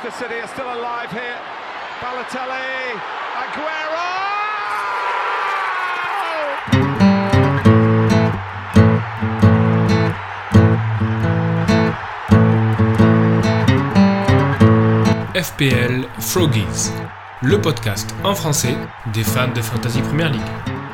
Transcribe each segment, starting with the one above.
Manchester City are still alive here. Balotelli, Aguero! FPL Froggies, le podcast en français des fans de Fantasy Premier League.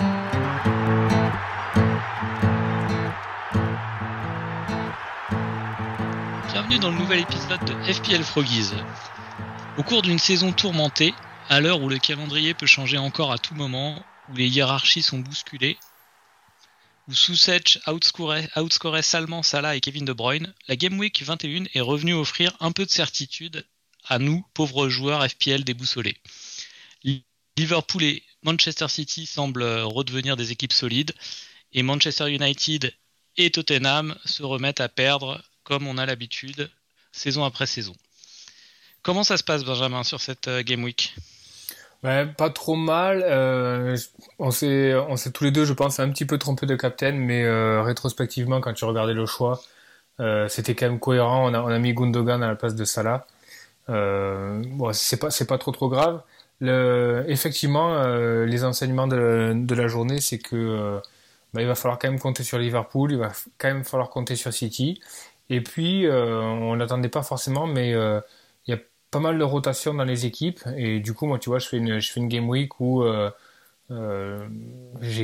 Bienvenue dans le nouvel épisode de FPL Froggies. Au cours d'une saison tourmentée, à l'heure où le calendrier peut changer encore à tout moment, où les hiérarchies sont bousculées, où Soucek outscorait salement Salah et Kevin De Bruyne, la Game Week 21 est revenue offrir un peu de certitude à nous, pauvres joueurs FPL déboussolés. Liverpool et Manchester City semblent redevenir des équipes solides, et Manchester United et Tottenham se remettent à perdre comme on a l'habitude, saison après saison. Comment ça se passe, Benjamin, sur cette Game Week ? Ouais, pas trop mal. On s'est tous les deux, je pense, un petit peu trompé de captain, mais rétrospectivement, quand tu regardais le choix, c'était quand même cohérent. On a mis Gundogan à la place de Salah. Bon, c'est pas trop grave. Effectivement, les enseignements de la journée, c'est que il va falloir quand même compter sur Liverpool, il va quand même falloir compter sur City. Et puis, on n'attendait pas forcément, mais il y a pas mal de rotation dans les équipes. Et du coup, moi, tu vois, je fais une game week où j'ai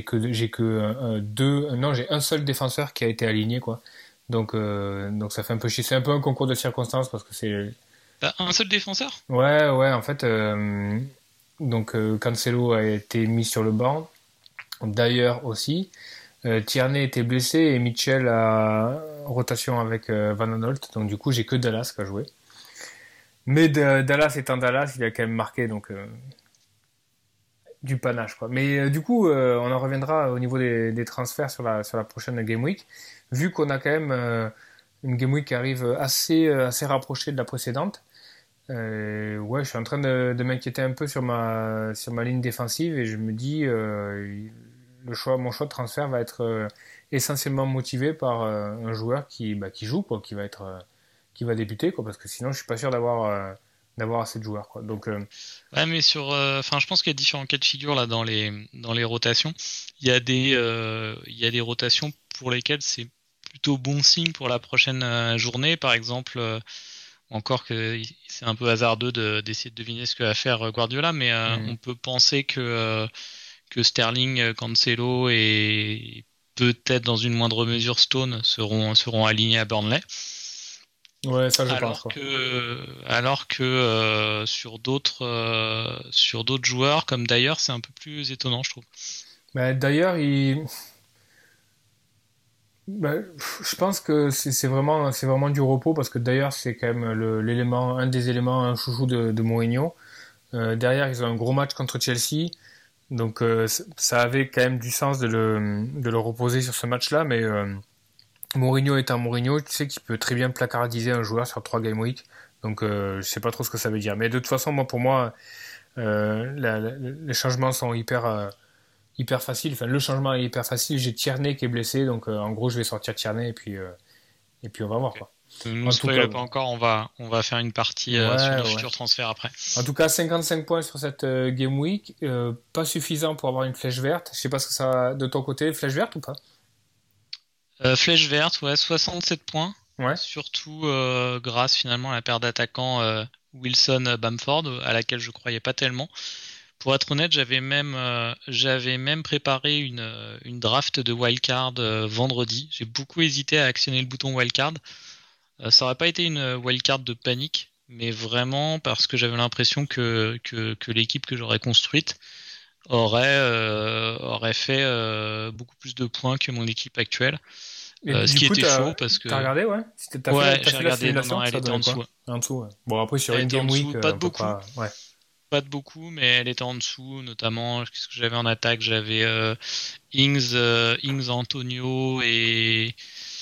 un seul défenseur qui a été aligné, quoi. Donc ça fait un peu chier. C'est un peu un concours de circonstances parce que c'est. T'as un seul défenseur ? Ouais, en fait, Cancelo a été mis sur le banc. D'ailleurs aussi. Tierney était blessé et Mitchell a rotation avec Van Aanholt, donc du coup j'ai que Dallas qui a joué. Mais Dallas étant Dallas, il a quand même marqué, donc du panache, quoi. Mais du coup, on en reviendra au niveau des transferts sur la prochaine Game Week, vu qu'on a quand même une Game Week qui arrive assez rapprochée de la précédente. Ouais, je suis en train de m'inquiéter un peu sur ma ligne défensive et je me dis mon choix de transfert va être essentiellement motivé par un joueur qui joue, quoi, qui va débuter, quoi, parce que sinon je suis pas sûr d'avoir assez de joueurs, quoi. Donc ouais, mais je pense qu'il y a différents cas de figure là dans les rotations. Il y a des rotations pour lesquelles c'est plutôt bon signe pour la prochaine journée, par exemple. Encore que c'est un peu hasardeux d'essayer de deviner ce que va faire Guardiola, mais on peut penser que Sterling, Cancelo et peut-être dans une moindre mesure Stone seront alignés à Burnley. Ouais, ça je pense. Alors que sur d'autres joueurs, comme d'ailleurs, c'est un peu plus étonnant, je trouve. D'ailleurs, je pense que c'est vraiment du repos parce que d'ailleurs c'est quand même un des éléments, un chouchou de Mourinho. Derrière, ils ont un gros match contre Chelsea. Donc ça avait quand même du sens de le reposer sur ce match-là, mais Mourinho étant Mourinho, tu sais qu'il peut très bien placardiser un joueur sur 3 game week. Donc je sais pas trop ce que ça veut dire. Mais de toute façon, pour moi, les changements sont hyper faciles. Enfin, le changement est hyper facile. J'ai Tierney qui est blessé, donc en gros, je vais sortir Tierney et puis on va voir, quoi. Ne spoil pas encore, on va faire une partie sur les futurs transferts après. En tout cas, 55 points sur cette Game Week, pas suffisant pour avoir une flèche verte. Je sais pas ce que ça a de ton côté, flèche verte ou pas ? Flèche verte, ouais, 67 points. Ouais. Surtout grâce finalement à la paire d'attaquants Wilson-Bamford, à laquelle je croyais pas tellement. Pour être honnête, j'avais même préparé une draft de wildcard vendredi. J'ai beaucoup hésité à actionner le bouton wildcard. Ça aurait pas été une wildcard de panique, mais vraiment parce que j'avais l'impression que l'équipe que j'aurais construite aurait fait beaucoup plus de points que mon équipe actuelle. Ce qui était faux parce que... T'as regardé, ouais ? J'ai regardé, non, elle était en dessous. En dessous, ouais. Bon, après, sur une game week, pas de beaucoup. Ouais. Pas de beaucoup, mais elle était en dessous, notamment, qu'est-ce que j'avais en attaque ? J'avais Ings, Antonio et...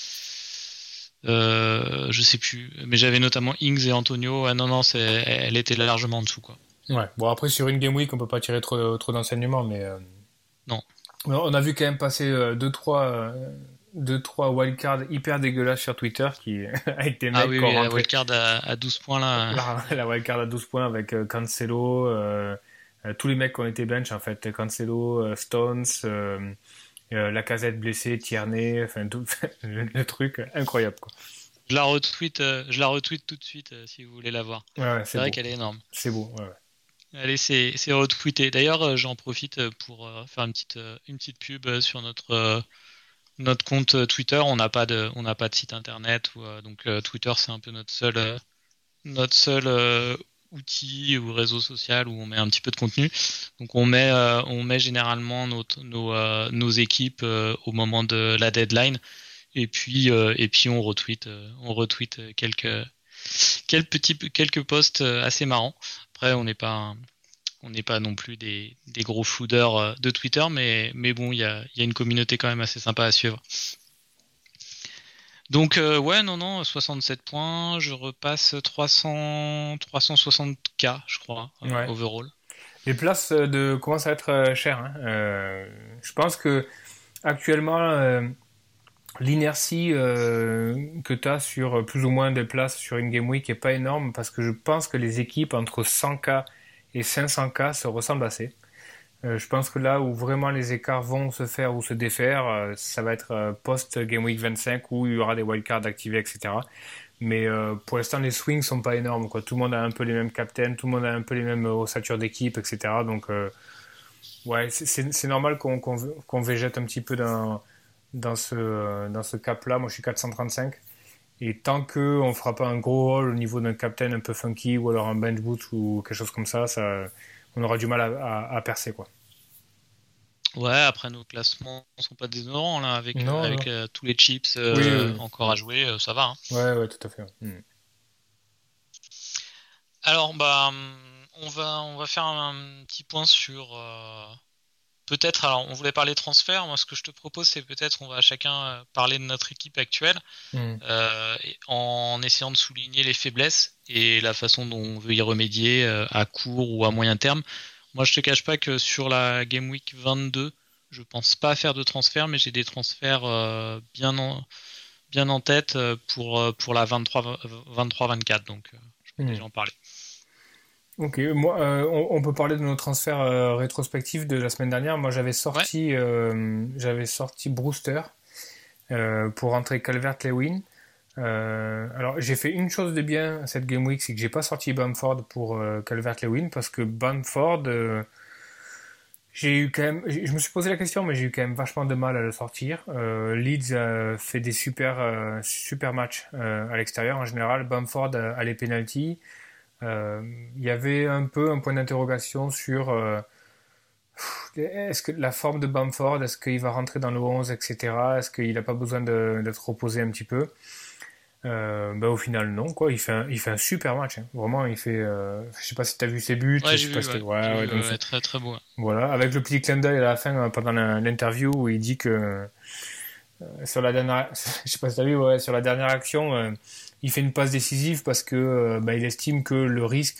je sais plus, mais j'avais notamment Ings et Antonio. Ah non, elle était largement en dessous, quoi. Ouais, bon, après, sur une game week, on peut pas tirer trop d'enseignements, mais... Non. On a vu quand même passer 2-3 2-3 wildcards hyper dégueulasses sur Twitter qui, avec des mecs Ah oui, qui ont oui, la rentré wildcard à 12 points là. la wildcard à 12 points avec Cancelo, tous les mecs qui ont été bench en fait, Cancelo, Stones, Lacazette blessé, Tierney, enfin tout le truc incroyable quoi. Je la retweet tout de suite si vous voulez la voir. Ouais, C'est vrai qu'elle est énorme. C'est beau, ouais. Allez, c'est retweeté. D'ailleurs, j'en profite pour faire une petite pub sur notre compte Twitter. On n'a pas de site internet, donc Twitter c'est un peu notre seul outil ou réseau social où on met un petit peu de contenu. Donc on met généralement nos équipes au moment de la deadline. Et puis on retweet quelques posts assez marrants. Après on n'est pas non plus des gros fooders de Twitter, mais bon il y a une communauté quand même assez sympa à suivre. Donc ouais, non, 67 points, je repasse 360K, je crois, Ouais. overall. Les places commencent à être chères. Hein. Je pense que actuellement, l'inertie que tu as sur plus ou moins des places sur une Game Week est pas énorme parce que je pense que les équipes entre 100K et 500K se ressemblent assez. Je pense que là où vraiment les écarts vont se faire ou se défaire, ça va être post-Game Week 25 où il y aura des wildcards activés, etc. Mais pour l'instant, les swings sont pas énormes. Quoi. Tout le monde a un peu les mêmes captains, tout le monde a un peu les mêmes ossatures d'équipe, etc. Donc, ouais, c'est normal qu'on végète un petit peu dans ce cap-là. Moi, je suis 435. Et tant qu'on ne fera pas un gros haul au niveau d'un captain un peu funky ou alors un bench boot ou quelque chose comme ça, on aura du mal à percer, quoi. Ouais, après nos classements sont pas déshonorants là, avec tous les chips Oui. encore à jouer, ça va. Hein. Ouais, tout à fait. Ouais. Alors on va faire un petit point sur peut-être. Alors on voulait parler transfert. Moi, ce que je te propose, c'est peut-être on va chacun parler de notre équipe actuelle en essayant de souligner les faiblesses et la façon dont on veut y remédier à court ou à moyen terme. Moi, je te cache pas que sur la Game Week 22, je pense pas faire de transfert, mais j'ai des transferts bien en tête pour la 23-24, donc je peux déjà en parler. Ok, moi, on peut parler de nos transferts rétrospectifs de la semaine dernière. Moi, j'avais sorti Brewster pour rentrer Calvert-Lewin. Alors, j'ai fait une chose de bien cette Game Week, c'est que j'ai pas sorti Bamford pour Calvert-Lewin parce que Bamford, j'ai eu quand même, je me suis posé la question, mais j'ai eu quand même vachement de mal à le sortir. Leeds fait des super matchs à l'extérieur en général. Bamford a les penalties. Il y avait un peu un point d'interrogation sur est-ce que la forme de Bamford, est-ce qu'il va rentrer dans le 11, etc. Est-ce qu'il n'a pas besoin d'être reposé un petit peu? Au final non quoi, il fait un super match hein. Vraiment il fait je sais pas si t'as vu ses buts, ouais, je sais pas si ouais, très très beau. Voilà, avec le petit clin d'œil à la fin pendant l'interview où il dit que sur la dernière je sais pas si t'as vu sur la dernière action il fait une passe décisive parce que il estime que le risque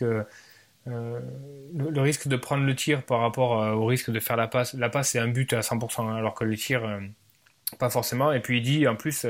de prendre le tir par rapport au risque de faire la passe c'est un but à 100% hein, alors que le tir pas forcément. Et puis il dit en plus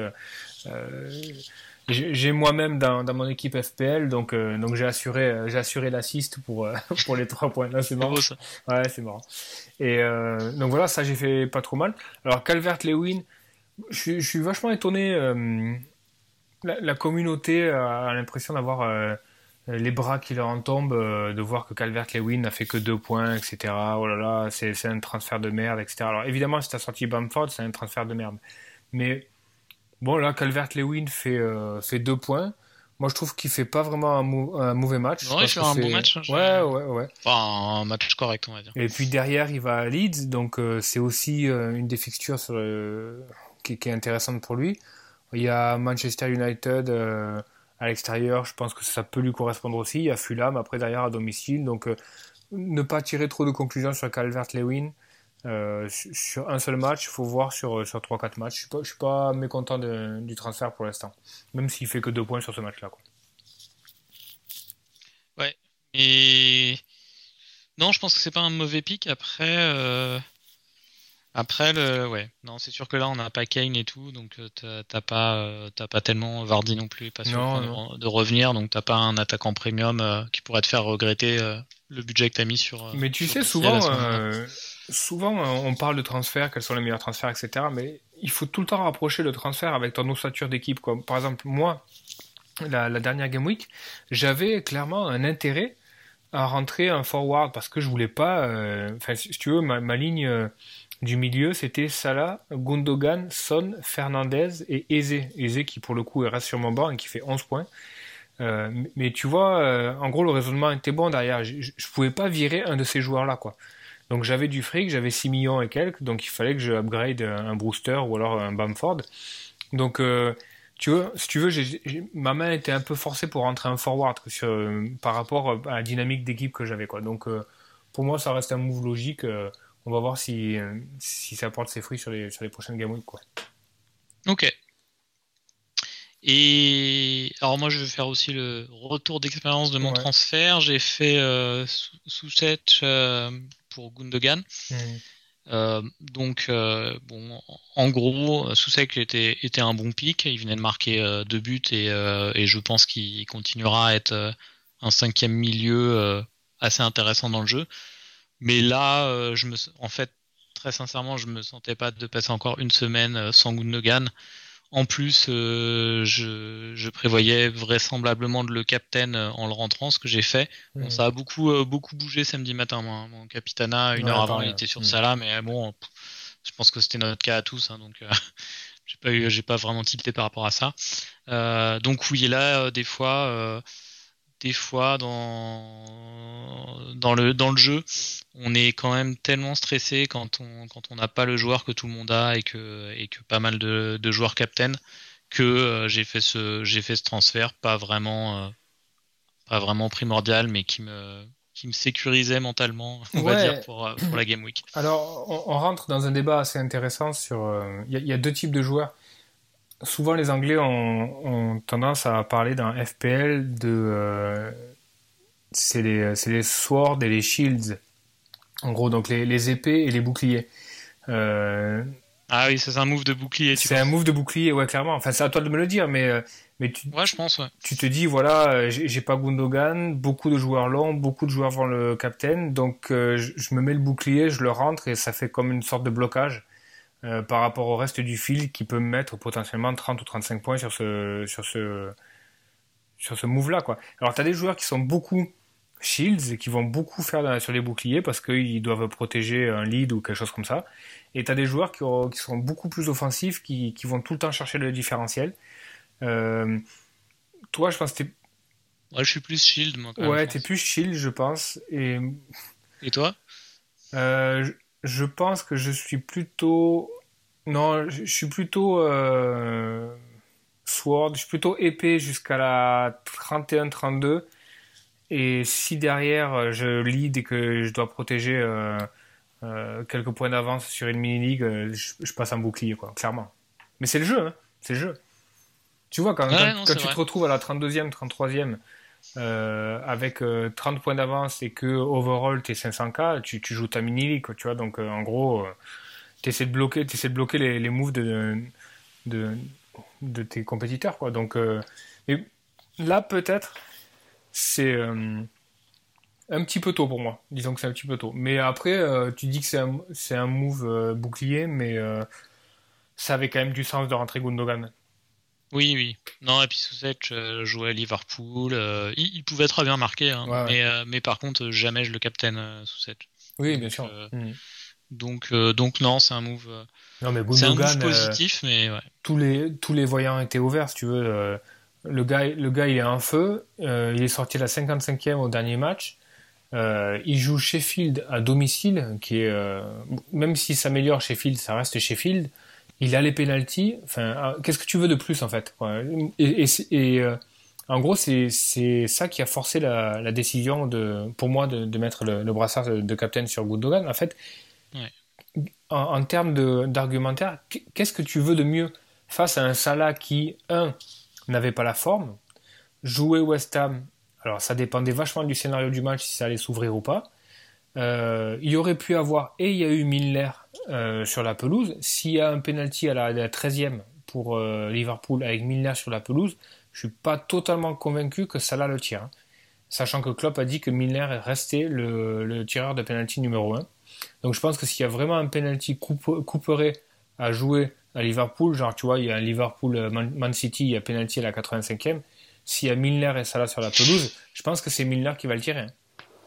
j'ai moi-même dans mon équipe FPL, donc j'ai assuré l'assist pour les 3 points. Là, c'est marrant. Beau, ça. Ouais, c'est marrant. Et donc voilà, ça j'ai fait pas trop mal. Alors Calvert-Lewin, je suis vachement étonné. La communauté a l'impression d'avoir les bras qui leur en tombent, de voir que Calvert-Lewin n'a fait que 2 points, etc. Oh là là, c'est un transfert de merde, etc. Alors évidemment, si t'as sorti Bamford, c'est un transfert de merde. Mais bon, là, Calvert-Lewin fait 2 points. Moi, je trouve qu'il fait pas vraiment un mauvais match. Non, il fait un bon match. Ouais. Enfin, un match correct, on va dire. Et puis derrière, il va à Leeds, donc c'est aussi une des fixtures qui est intéressante pour lui. Il y a Manchester United à l'extérieur, je pense que ça peut lui correspondre aussi. Il y a Fulham après derrière à domicile, donc ne pas tirer trop de conclusions sur Calvert-Lewin. Sur un seul match, il faut voir sur 3-4 matchs. Je suis pas mécontent du transfert pour l'instant, même s'il fait que 2 points sur ce match-là. Quoi. Ouais, et non, je pense que c'est pas un mauvais pick. Après, Après, ouais, non, c'est sûr que là, on n'a pas Kane et tout, donc t'as pas tellement Vardy non plus, pas sur le Non, point non. de revenir, donc t'as pas un attaquant premium qui pourrait te faire regretter le budget que t'as mis Mais tu sur sais, DCL à souvent, ce moment-là. on parle de transferts, quels sont les meilleurs transferts, etc. Mais il faut tout le temps rapprocher le transfert avec ton ossature d'équipe, quoi. Par exemple, moi, la dernière Game Week, j'avais clairement un intérêt à rentrer un forward parce que je voulais pas. Enfin, si tu veux, ma ligne du milieu, c'était Salah, Gundogan, Son, Fernandez et Eze. Eze qui, pour le coup, reste sur mon banc et qui fait 11 points. Mais tu vois, en gros, le raisonnement était bon derrière. Je pouvais pas virer un de ces joueurs-là, quoi. Donc j'avais du fric, j'avais 6 millions et quelques, donc il fallait que je upgrade un Brewster ou alors un Bamford. Donc, tu vois, si tu veux, ma main était un peu forcée pour rentrer un forward par rapport à la dynamique d'équipe que j'avais, quoi. Donc, pour moi, ça reste un move logique. On va voir si ça porte ses fruits sur les prochaines Game Week, quoi. Ok. Et alors moi, je vais faire aussi le retour d'expérience de mon Ouais. transfert. J'ai fait Soucek pour Gundogan. Mhm. Bon, en gros, Soucek était un bon pick. Il venait de marquer 2 buts et je pense qu'il continuera à être un cinquième milieu assez intéressant dans le jeu. Mais là, en fait, très sincèrement, je me sentais pas de passer encore une semaine sans Gundogan. En plus, je prévoyais vraisemblablement de le captain en le rentrant, ce que j'ai fait. Bon, ça a beaucoup bougé samedi matin. Mon Capitana, une heure Ouais, avant, il pareil. était sur Salah, mais bon, je pense que c'était notre cas à tous, hein, donc j'ai pas vraiment tilté par rapport à ça. Donc oui, là, des fois dans le jeu, on est quand même tellement stressé quand on n'a pas le joueur que tout le monde a et que pas mal de joueurs captain que j'ai fait ce transfert pas vraiment primordial mais qui me sécurisait mentalement, on va dire Ouais. pour la game week. Alors, on rentre dans un débat assez intéressant sur. Il y a deux types de joueurs. Souvent, les Anglais ont tendance à parler dans FPL de. C'est les swords et les shields. En gros, donc les épées et les boucliers. Euh, Ah oui, ça c'est un move de bouclier, tu c'est un penses? move de bouclier, ouais, clairement. Enfin, c'est à toi de me le dire, mais Ouais, je pense, ouais. tu te dis, voilà, j'ai pas Gundogan, beaucoup de joueurs longs, beaucoup de joueurs vont le captain, donc je me mets le bouclier, je le rentre et ça fait comme une sorte de blocage par rapport au reste du field qui peut me mettre potentiellement 30 ou 35 points sur ce move-là, quoi. Alors, tu as des joueurs qui sont beaucoup shields et qui vont beaucoup faire sur les boucliers parce qu'ils doivent protéger un lead ou quelque chose comme ça. Et tu as des joueurs qui seront beaucoup plus offensifs, qui vont tout le temps chercher le différentiel. Euh, toi, je pense que Ouais, je suis plus shield moi quand même, je ouais, t'es pense. plus shield, je pense. Et Et toi? euh, je pense que je suis plutôt. Non, je suis plutôt sword, je suis plutôt épée jusqu'à la 31-32. Et si derrière je lead et que je dois protéger quelques points d'avance sur une mini-league, je passe en bouclier, quoi, clairement. Mais c'est le jeu, hein, c'est le jeu. Tu vois, Ouais, non, quand c'est tu te vrai. retrouves à la 32e, 33e, avec 30 points d'avance et que overall t'es 500k, tu joues ta mini-league, quoi, tu vois. Donc en gros, t'essaies de bloquer les moves de, de tes compétiteurs, quoi. Donc, et là, peut-être, c'est un petit peu tôt pour moi. Disons que c'est un petit peu tôt. Mais après, tu dis que c'est un move bouclier, mais ça avait quand même du sens de rentrer Gundogan. Oui, oui. Non, et puis Soucek jouait à Liverpool. Il pouvait très bien marquer, hein, Ouais, ouais. mais par contre, jamais je le captain Soucek. Oui, bien Donc, sûr. donc non, Non, mais c'est un move Gundogan, positif, mais ouais. tous les voyants étaient ouverts, si tu veux. Le gars, il est en feu. Il est sorti à la 55e au dernier match. Il joue Sheffield à domicile, qui est même s'il s'améliore Sheffield, ça reste Sheffield. Il a les pénalties. Enfin, qu'est-ce que tu veux de plus en fait, quoi. En gros, c'est ça qui a forcé la décision pour moi de mettre le brassard de captain sur Gundogan. En fait, Ouais. en termes d'argumentaire, qu'est-ce que tu veux de mieux face à un Salah qui, n'avait pas la forme, jouait West Ham. Alors, ça dépendait vachement du scénario du match, si ça allait s'ouvrir ou pas. Il y aurait pu avoir, et il y a eu Milner sur la pelouse. S'il y a un penalty à la 13e pour Liverpool avec Milner sur la pelouse, je suis pas totalement convaincu que Salah le tire. Hein. Sachant que Klopp a dit que Milner est resté le tireur de penalty numéro 1. Donc je pense que s'il y a vraiment un penalty couperé à jouer à Liverpool, genre tu vois, il y a un Liverpool-Man City, il y a penalty à la 85e, s'il y a Milner et Salah sur la pelouse, je pense que c'est Milner qui va le tirer. Hein.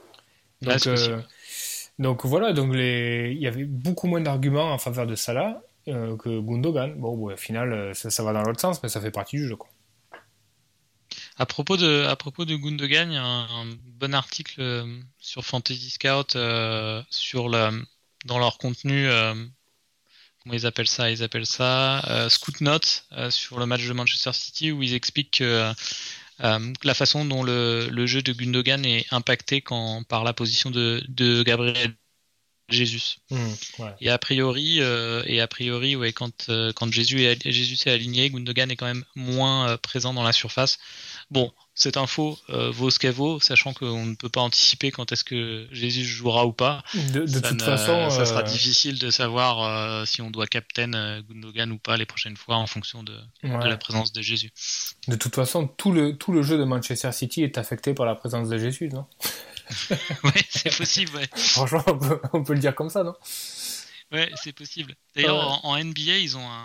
Donc voilà, il y avait beaucoup moins d'arguments en faveur de Salah que Gundogan. Bon, au final, ça va dans l'autre sens, mais ça fait partie du jeu, quoi. À propos de Gundogan, il y a un bon article sur Fantasy Scout dans leur contenu. Comment ils appellent ça? Ils appellent ça Scout Notes sur le match de Manchester City, où ils expliquent que la façon dont le jeu de Gundogan est impacté par la position de Gabriel Jesus. Ouais. Et a priori, ouais, quand Jésus est aligné, Gundogan est quand même moins présent dans la surface. Bon, cette info vaut ce qu'elle vaut, sachant qu'on ne peut pas anticiper quand est-ce que Jésus jouera ou pas. De toute façon, ça sera difficile de savoir si on doit captain Gundogan ou pas les prochaines fois en fonction de la présence de Jésus. De toute façon, tout le jeu de Manchester City est affecté par la présence de Jésus, non? Ouais, c'est possible, ouais. Franchement, on peut le dire comme ça, non? Ouais, c'est possible. D'ailleurs, en NBA, ils ont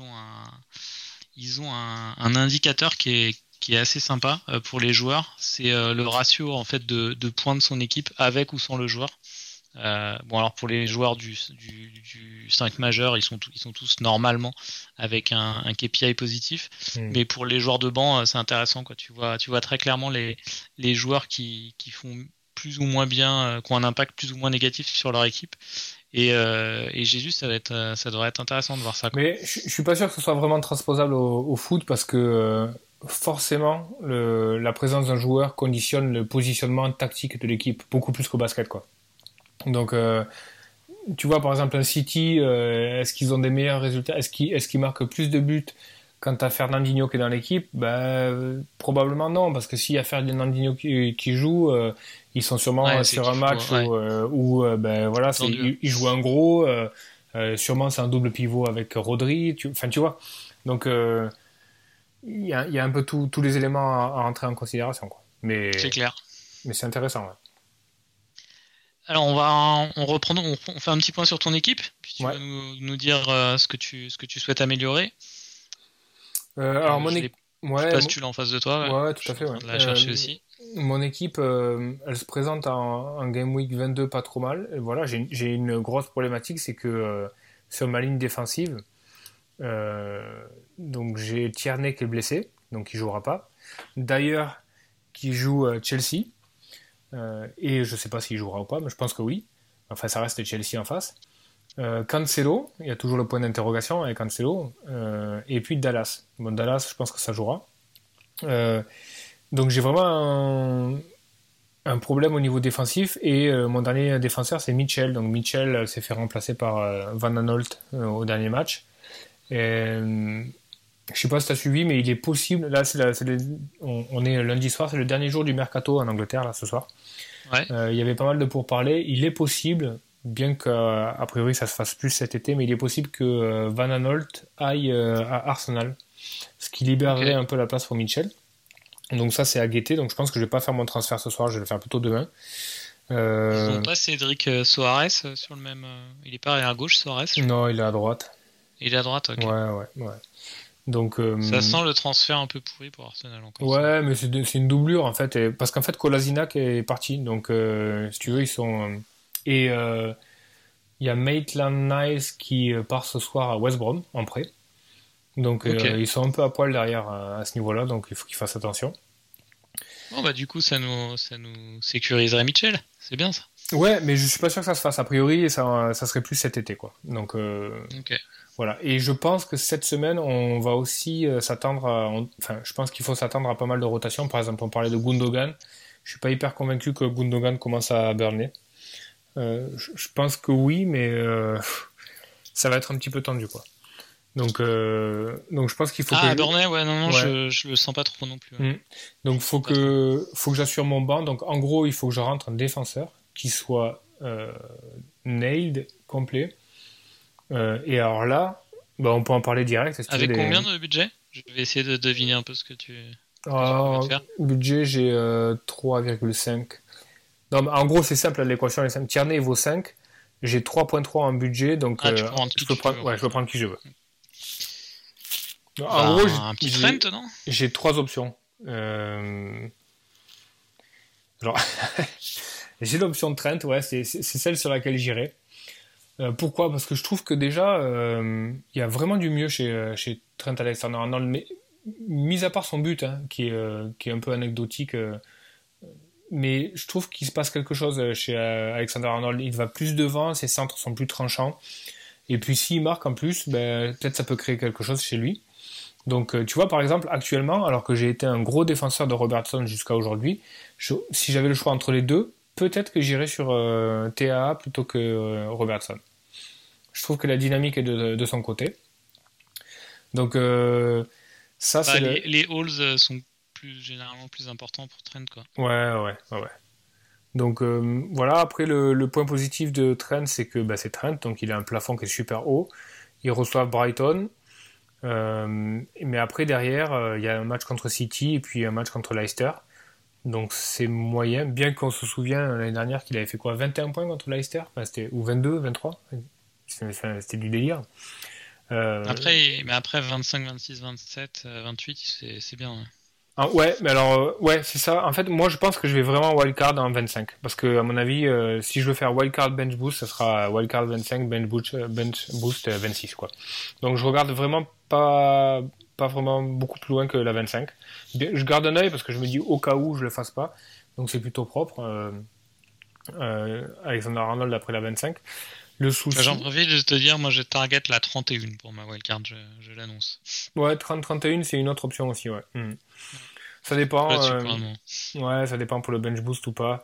un indicateur qui est assez sympa pour les joueurs. C'est le ratio en fait de points de son équipe avec ou sans le joueur. Bon, alors pour les joueurs du 5 majeur, ils sont tous normalement avec un KPI positif. Mais pour les joueurs de banc, c'est intéressant, quoi. Tu vois très clairement les joueurs qui font plus ou moins bien, qui ont un impact plus ou moins négatif sur leur équipe. Et Jésus, ça devrait être intéressant de voir ça, quoi. Mais je suis pas sûr que ce soit vraiment transposable au foot, parce que forcément la présence d'un joueur conditionne le positionnement tactique de l'équipe beaucoup plus qu'au basket, quoi. Donc tu vois, par exemple, un City, est-ce qu'ils ont des meilleurs résultats, est-ce qu'ils marquent plus de buts quand t'as Fernandinho qui est dans l'équipe? Probablement non, parce que s'il y a Fernandinho qui joue, ils sont sûrement sur un match où voilà, ils jouent un gros, sûrement c'est un double pivot avec Rodri, tu vois. Donc il y a un peu tous les éléments à rentrer en considération, quoi. Mais c'est clair. Mais c'est intéressant, ouais. Alors on fait un petit point sur ton équipe, puis tu vas nous dire ce que tu souhaites améliorer. Alors mon équipe, je sais pas si tu l'as en face de toi. Ouais, tout à fait. Ouais. Je vais la chercher aussi. Mon équipe, elle se présente en Game Week 22 pas trop mal. Et voilà, j'ai une grosse problématique, c'est que sur ma ligne défensive, donc j'ai Tierney qui est blessé, donc il jouera pas. D'ailleurs, qui joue Chelsea, et je sais pas s'il jouera ou pas, mais je pense que oui. Enfin, ça reste Chelsea en face. Cancelo, il y a toujours le point d'interrogation avec Cancelo, et puis Dallas. Bon, Dallas, je pense que ça jouera. Donc j'ai vraiment un problème au niveau défensif, et mon dernier défenseur c'est Mitchell. Donc Mitchell s'est fait remplacer par Van Aanholt au dernier match. Je sais pas si tu as suivi, mais il est possible, là on est lundi soir, c'est le dernier jour du mercato en Angleterre là ce soir. Ouais. Il y avait pas mal de pourparlers. Il est possible, bien qu'a priori ça se fasse plus cet été, mais il est possible que Van Aanholt aille à Arsenal, ce qui libérerait un peu la place pour Mitchell. Donc ça c'est à guetter, donc je pense que je vais pas faire mon transfert ce soir, je vais le faire plutôt demain. Ils n'ont pas Cédric Soares sur le même... Il est pas à gauche, Soares? Non, il est à droite. Il est à droite, ok. Ouais. Donc, ça sent le transfert un peu pourri pour Arsenal encore. Ouais, mais c'est une doublure en fait, parce qu'en fait Kolasinac est parti, donc si tu veux ils sont... Et il y a Maitland-Niles qui part ce soir à West Brom en prêt. Donc ils sont un peu à poil derrière à ce niveau-là, donc il faut qu'ils fassent attention. Bon du coup ça nous sécuriserait Mitchell, c'est bien ça. Ouais, mais je suis pas sûr que ça se fasse a priori, et ça serait plus cet été, quoi. Donc voilà. Et je pense que cette semaine on va aussi s'attendre je pense qu'il faut s'attendre à pas mal de rotations. Par exemple, on parlait de Gundogan. Je suis pas hyper convaincu que Gundogan commence à burner. Je pense que oui, mais ça va être un petit peu tendu, quoi. Donc je pense qu'il faut que Burnley, je le sens pas trop non plus. Ouais. Donc faut que j'assure mon banc. Donc en gros, il faut que je rentre un défenseur qui soit nailed, complet. Et alors là, on peut en parler direct. Avec combien de budget? Je vais essayer de deviner un peu ce que tu vas faire. Budget, j'ai 3,5. Non, mais en gros, c'est simple, l'équation est simple. Tierney vaut 5. J'ai 3,3 en budget, donc tu peux prendre qui tu veux. Je peux prendre qui je veux. En gros, un petit Trent, non? J'ai 3 options. J'ai l'option de Trent, ouais, c'est celle sur laquelle j'irai. Pourquoi? Parce que je trouve que déjà, il y a vraiment du mieux chez Trent Alexander-Arnold, mais mis à part son but, hein, qui est un peu anecdotique, mais je trouve qu'il se passe quelque chose chez Alexander-Arnold. Il va plus devant, ses centres sont plus tranchants, et puis s'il marque en plus, peut-être ça peut créer quelque chose chez lui. Donc tu vois, par exemple, actuellement, alors que j'ai été un gros défenseur de Robertson jusqu'à aujourd'hui, si j'avais le choix entre les deux, peut-être que j'irais sur TAA plutôt que Robertson. Je trouve que la dynamique est de son côté. Donc ça, c'est les halls sont généralement plus importants pour Trent, quoi. Ouais. Donc voilà, après le point positif de Trent, c'est que c'est Trent, donc il a un plafond qui est super haut. Ils reçoivent Brighton. Mais après derrière il y a un match contre City et puis un match contre Leicester, donc c'est moyen, bien qu'on se souvienne l'année dernière qu'il avait fait 21 points contre Leicester, ou 22, 23, c'était du délire. Après 25, 26, 27, 28 c'est bien, ouais. Ouais, mais alors, c'est ça. En fait, moi, je pense que je vais vraiment wildcard en 25. Parce que, à mon avis, si je veux faire wildcard bench boost, ça sera wildcard 25, bench boost 26, quoi. Donc, je regarde vraiment pas vraiment beaucoup plus loin que la 25. Je garde un œil parce que je me dis au cas où je le fasse pas. Donc, c'est plutôt propre. Alexander Arnold après la 25. Le souci... J'en profite de te dire, moi, je target la 31 pour ma wildcard, je l'annonce. Ouais, 30-31, c'est une autre option aussi, ouais. Ça dépend. Ça dépend pour le bench boost ou pas.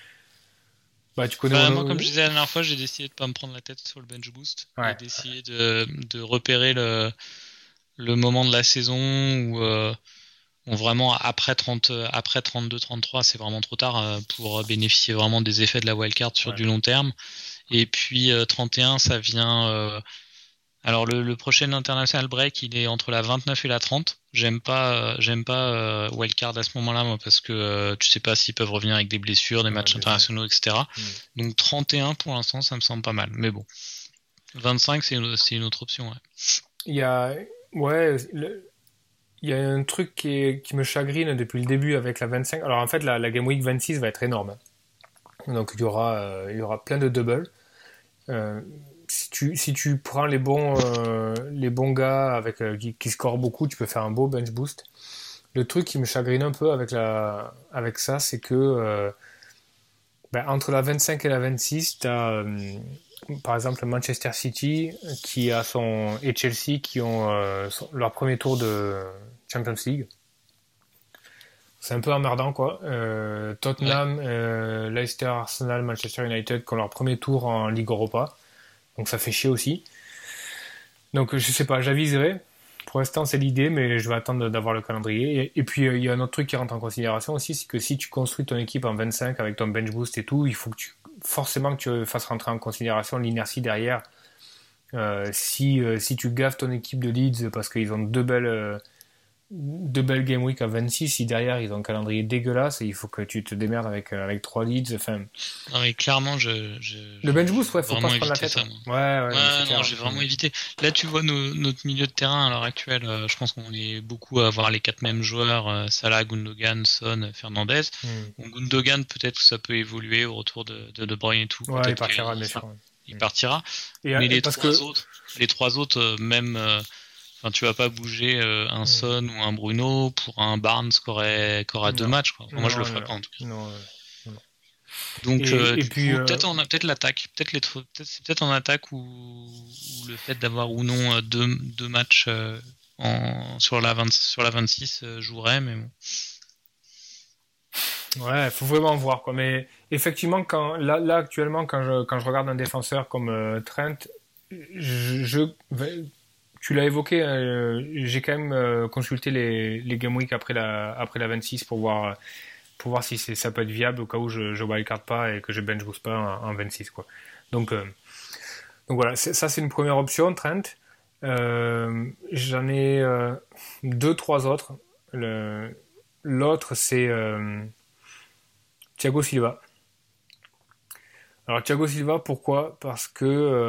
Tu connais moi, comme je disais la dernière fois, j'ai décidé de pas me prendre la tête sur le bench boost. Et d'essayer de repérer le moment de la saison où vraiment après 32-33, c'est vraiment trop tard pour bénéficier vraiment des effets de la wildcard sur du long terme. Et puis 31, ça vient... Alors le prochain international break, il est entre la 29 et la 30. J'aime pas wildcard à ce moment-là, moi, parce que tu sais pas s'ils peuvent revenir avec des blessures, des matchs internationaux, etc. Donc 31 pour l'instant, ça me semble pas mal. Mais bon, 25 c'est une autre option. Ouais. Il y a un truc qui me chagrine depuis le début avec la 25. Alors en fait, la Game Week 26 va être énorme. Donc il y aura plein de doubles. Si tu prends les bons gars qui scorent beaucoup, tu peux faire un beau bench boost. Le truc qui me chagrine un peu avec ça, c'est que entre la 25 et la 26, t'as par exemple Manchester City et Chelsea qui ont leur premier tour de Champions League. C'est un peu emmerdant, quoi. Tottenham, Leicester, Arsenal, Manchester United qui ont leur premier tour en Ligue Europa. Donc ça fait chier aussi. Donc je sais pas, j'aviserai. Pour l'instant c'est l'idée, mais je vais attendre d'avoir le calendrier. Et puis il y a un autre truc qui rentre en considération aussi, c'est que si tu construis ton équipe en 25 avec ton bench boost et tout, il faut que tu fasses rentrer en considération l'inertie derrière. Si tu gaffes ton équipe de Leeds parce qu'ils ont deux belles game week à 26, si derrière ils ont un calendrier dégueulasse et il faut que tu te démerdes avec 3 leads, enfin... Non mais clairement le bench boost, faut pas se prendre la tête. Ça, non, j'ai vraiment évité. Là tu vois notre milieu de terrain à l'heure actuelle, je pense qu'on est beaucoup à avoir les 4 mêmes joueurs, Salah, Gundogan, Son, Fernandez. Bon, Gundogan peut-être que ça peut évoluer au retour de Bruyne et tout. Ouais, il partira bien sûr. Il partira. Mais les trois autres même... Enfin, tu vas pas bouger un Son ou un Bruno pour un Barnes qui aura 2 matchs, quoi. Enfin, moi, je le ferais pas, en tout cas. Non. Donc, peut-être l'attaque. C'est peut-être en attaque ou le fait d'avoir ou non deux matchs sur la 26 jouerait, mais bon. Ouais, faut vraiment voir, quoi. Mais effectivement, là actuellement, quand je regarde un défenseur comme Trent, tu l'as évoqué, j'ai quand même consulté les Game Week après la 26 pour voir si ça peut être viable au cas où je wildcard pas et que je bench boost pas en 26, quoi. Donc Donc voilà, ça c'est une première option, Trent. J'en ai 2-3 autres. L'autre c'est Thiago Silva. Alors Thiago Silva, pourquoi? Parce que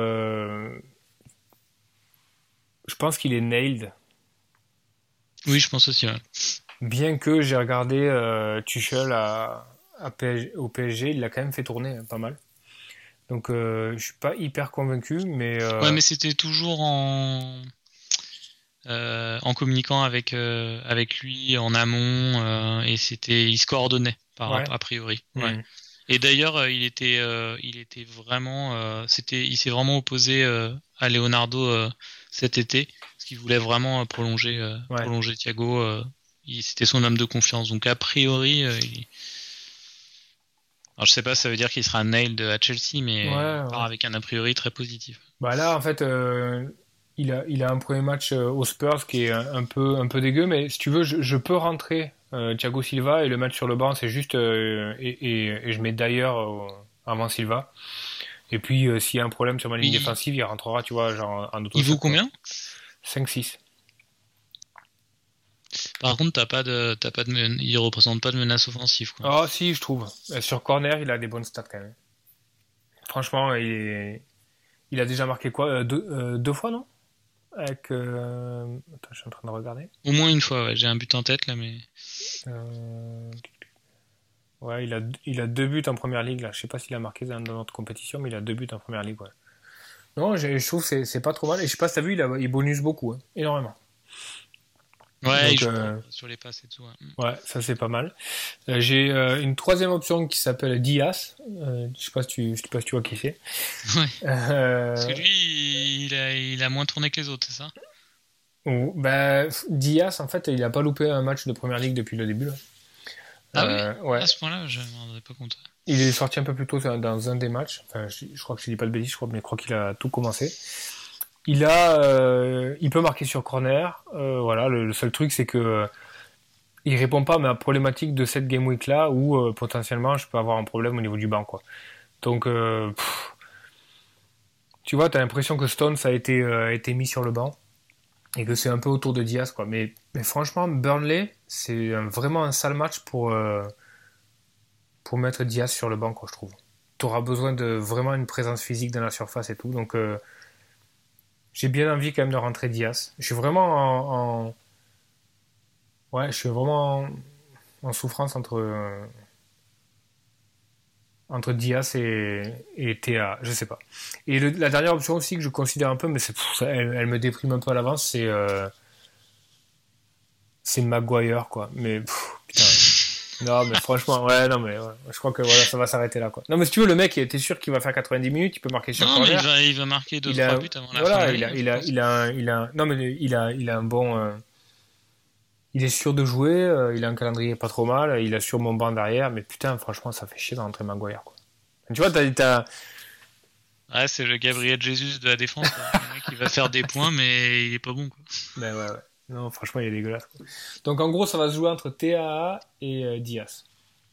je pense qu'il est nailed. Oui, je pense aussi. Ouais. Bien que j'ai regardé Tuchel au PSG, il l'a quand même fait tourner pas mal. Donc je suis pas hyper convaincu, mais Ouais, mais c'était toujours en communiquant avec lui en amont et il se coordonnait ouais. a priori. Ouais. Et d'ailleurs, il était vraiment il s'est vraiment opposé à Leonardo cet été parce qu'il voulait vraiment prolonger Thiago. C'était son homme de confiance. Donc a priori, alors je sais pas, ça veut dire qu'il sera nailed à Chelsea, mais il part avec un a priori très positif. Bah là, en fait, il a un premier match aux Spurs qui est un peu dégueu, mais si tu veux, je peux rentrer Thiago Silva et le match sur le banc, c'est juste et je mets d'ailleurs avant Silva. Et puis s'il y a un problème sur ma ligne défensive, il rentrera, tu vois, genre en auto. Il vaut combien? 5-6. Par contre, il représente pas de menace offensive, quoi. Ah si, je trouve. Sur corner, il a des bonnes stats quand même. Franchement, il a déjà marqué quoi? Deux fois, non? Avec attends, je suis en train de regarder. Au moins une fois, ouais. J'ai un but en tête là, mais ouais, il a 2 buts en première ligue là. Je sais pas s'il a marqué dans notre compétition, mais il a 2 buts en première ligue, ouais. Non, je trouve que c'est pas trop mal. Et je sais pas si t'as vu, il bonus beaucoup, hein, énormément. ouais, Donc, il joue sur les passes et tout. Ouais, ouais, ça c'est pas mal. J'ai une troisième option qui s'appelle Diaz. Je sais pas si tu vois qui c'est. Ouais. Parce que lui, il a moins tourné que les autres, c'est ça? Bah, Diaz, en fait, il a pas loupé un match de première ligue depuis le début, là. Ah oui? Ouais. À ce point-là, je m'en rendais pas compte. Il est sorti un peu plus tôt dans un des matchs. Enfin, je crois que je dis pas de bêtises, mais je crois qu'il a tout commencé. Il peut marquer sur corner. Voilà, le seul truc, c'est que il répond pas à ma problématique de cette game week là où potentiellement je peux avoir un problème au niveau du banc, quoi. Donc, tu vois, t'as l'impression que Stones a été mis sur le banc et que c'est un peu autour de Diaz, quoi. Mais franchement, Burnley, c'est vraiment un sale match pour mettre Diaz sur le banc, quoi, je trouve. T'auras besoin de vraiment une présence physique dans la surface et tout, donc j'ai bien envie quand même de rentrer Diaz. Je suis vraiment ouais, je suis vraiment en souffrance entre Diaz et Théa, je sais pas. Et la dernière option aussi que je considère un peu, mais elle me déprime un peu à l'avance, c'est Maguire, quoi. Mais putain. Non, mais franchement, ouais, non, mais ouais, je crois que voilà, ça va s'arrêter là, quoi. Non, mais si tu veux, le mec, t'es sûr qu'il va faire 90 minutes, il peut marquer sur corner. Non, mais il va marquer 2-3 buts avant la fin. Voilà, non, mais il a un bon. Il est sûr de jouer, il a un calendrier pas trop mal, il a sur mon banc derrière, mais putain, franchement, ça fait chier de rentrer Maguire, quoi. Tu vois, Ouais, c'est le Gabriel Jesus de la défense, quoi. Le mec, il va faire des points, mais il est pas bon, quoi. Ben ouais. Non, franchement, il est dégueulasse, quoi. Donc, en gros, ça va se jouer entre TAA et Diaz.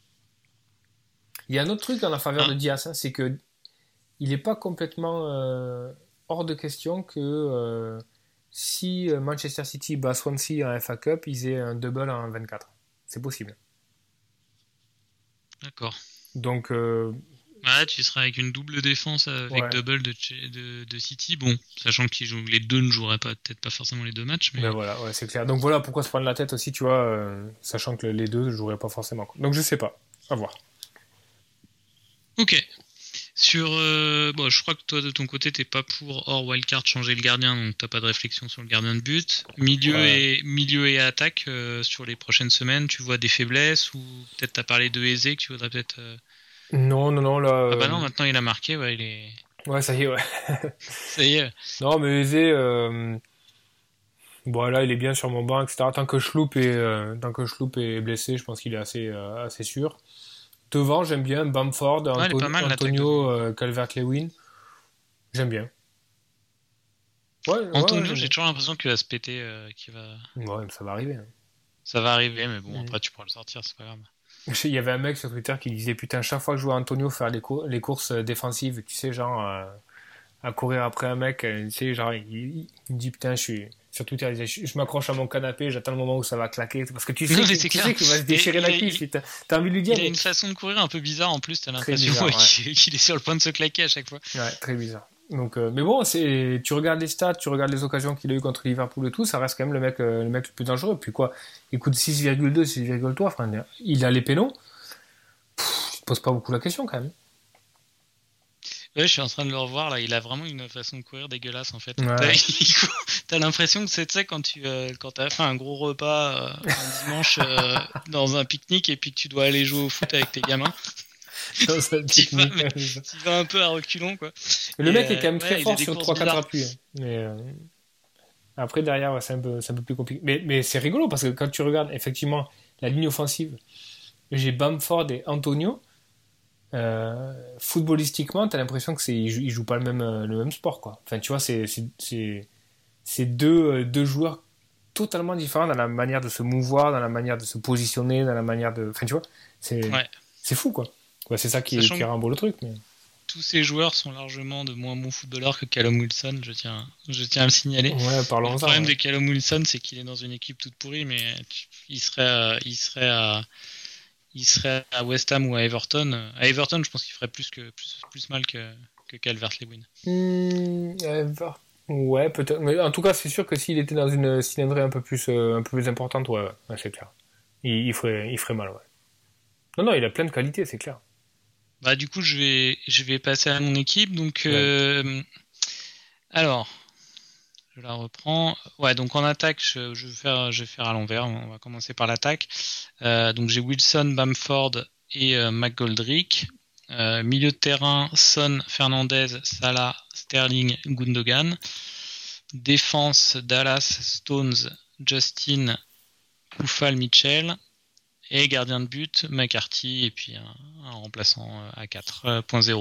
Il y a un autre truc en la faveur de Diaz, hein, c'est que il n'est pas complètement hors de question que si Manchester City bat Swansea en FA Cup, ils aient un double en 24. C'est possible. D'accord. Donc, ouais, tu seras avec une double défense avec double de City. Bon, sachant que les deux ne joueraient peut-être pas forcément les deux matchs. Mais... Ben voilà, ouais, c'est clair. Donc voilà pourquoi se prendre la tête aussi, tu vois, sachant que les deux ne joueraient pas forcément, quoi. Donc je sais pas. À voir. Ok. Bon, je crois que toi de ton côté t'es pas pour hors wildcard changer le gardien, donc t'as pas de réflexion sur le gardien de but. Milieu et attaque sur les prochaines semaines, tu vois des faiblesses ou peut-être t'as parlé de Eze que tu voudrais peut-être. Non là. Ah bah non, maintenant il a marqué, ouais, il est. Ouais, ça y est, ouais. Ça y est. Non, mais Eze, bon là il est bien sur mon banc, etc. Tant que Schlupp est blessé, je pense qu'il est assez sûr. Devant, j'aime bien Bamford, Antonio, Calvert-Lewin. J'aime bien. Ouais, Antonio, j'ai toujours l'impression qu'il va se péter, Ouais, ça va arriver. Hein. Ça va arriver, mais bon, après tu pourras le sortir, c'est pas grave. Il y avait un mec sur Twitter qui disait putain, chaque fois que je vois Antonio faire les courses défensives, tu sais, genre à courir après un mec, tu sais, genre, il me dit, putain, sur Twitter, il disait, je m'accroche à mon canapé, j'attends le moment où ça va claquer, parce que tu sais qu'il va se déchirer la cuisse, t'as envie de lui dire. Il a une façon de courir un peu bizarre, en plus, t'as l'impression qu'il est sur le point de se claquer à chaque fois. Ouais, très bizarre. Donc, mais bon, tu regardes les stats, tu regardes les occasions qu'il a eu contre Liverpool et tout, ça reste quand même le mec le plus dangereux. Puis quoi, écoute, 6,2, 6,3, enfin, il a les pénaux. Tu te poses pas beaucoup la question quand même. Ouais, je suis en train de le revoir là. Il a vraiment une façon de courir dégueulasse en fait. Ouais. T'as l'impression que c'est, tu sais, quand t'as fait un gros repas un dimanche dans un pique-nique et puis que tu dois aller jouer au foot avec tes gamins. Tu vas un peu à reculons quoi. Et le mec est quand même très fort sur 3-4 appuis. Mais après derrière, c'est un peu plus compliqué. Mais c'est rigolo parce que quand tu regardes effectivement la ligne offensive, j'ai Bamford et Antonio. Footballistiquement, t'as l'impression que ils jouent pas le même sport quoi. Enfin, tu vois, c'est deux joueurs totalement différents dans la manière de se mouvoir, dans la manière de se positionner, dans la manière de. Enfin, tu vois, c'est fou quoi. Ouais, c'est ça qui rend beau le truc. Mais... Tous ces joueurs sont largement de moins bons footballeurs que Callum Wilson, je tiens à le signaler. Ouais, parlons le problème de Callum Wilson, c'est qu'il est dans une équipe toute pourrie, mais il serait à West Ham ou à Everton. À Everton, je pense qu'il ferait plus mal que Calvert-Lewin. Ouais, peut-être. Mais en tout cas, c'est sûr que s'il était dans une cylindrée un peu plus importante, ouais, c'est clair. Il ferait mal, ouais. Non, il a plein de qualités, c'est clair. Bah, du coup, je vais passer à mon équipe. Donc, alors, je la reprends. Ouais, donc en attaque, je vais faire à l'envers. On va commencer par l'attaque. Donc, j'ai Wilson, Bamford et McGoldrick. Milieu de terrain, Son, Fernandez, Salah, Sterling, Gundogan. Défense, Dallas, Stones, Justin, Koufal, Mitchell. Et gardien de but, McCarthy, et puis un remplaçant à 4.0.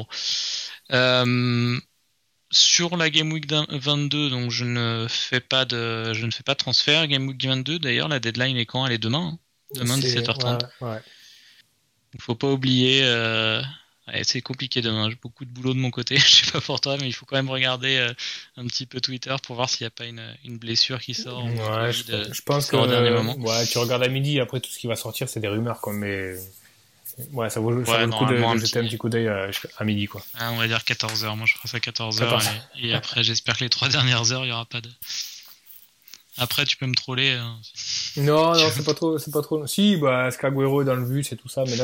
Sur la Game Week 22, donc je ne fais pas de transfert. Game Week 22, d'ailleurs, la deadline est quand? Elle est demain. Demain, 17h30. Ouais. Il faut pas oublier... c'est compliqué demain, j'ai beaucoup de boulot de mon côté, je sais pas pour toi, mais il faut quand même regarder un petit peu Twitter pour voir s'il n'y a pas une blessure qui sort. Ouais, je pense que au dernier moment. Ouais, tu regardes à midi, après tout ce qui va sortir, c'est des rumeurs, quoi, mais ouais, ça vaut le coup de jeter un petit coup d'œil à midi, quoi. On va dire 14h, moi je ferai ça 14h, et après j'espère que les 3 dernières heures, il n'y aura pas de... Après, tu peux me troller. Hein. Non, c'est pas trop. Si, Scagüero est dans le but, c'est tout ça, mais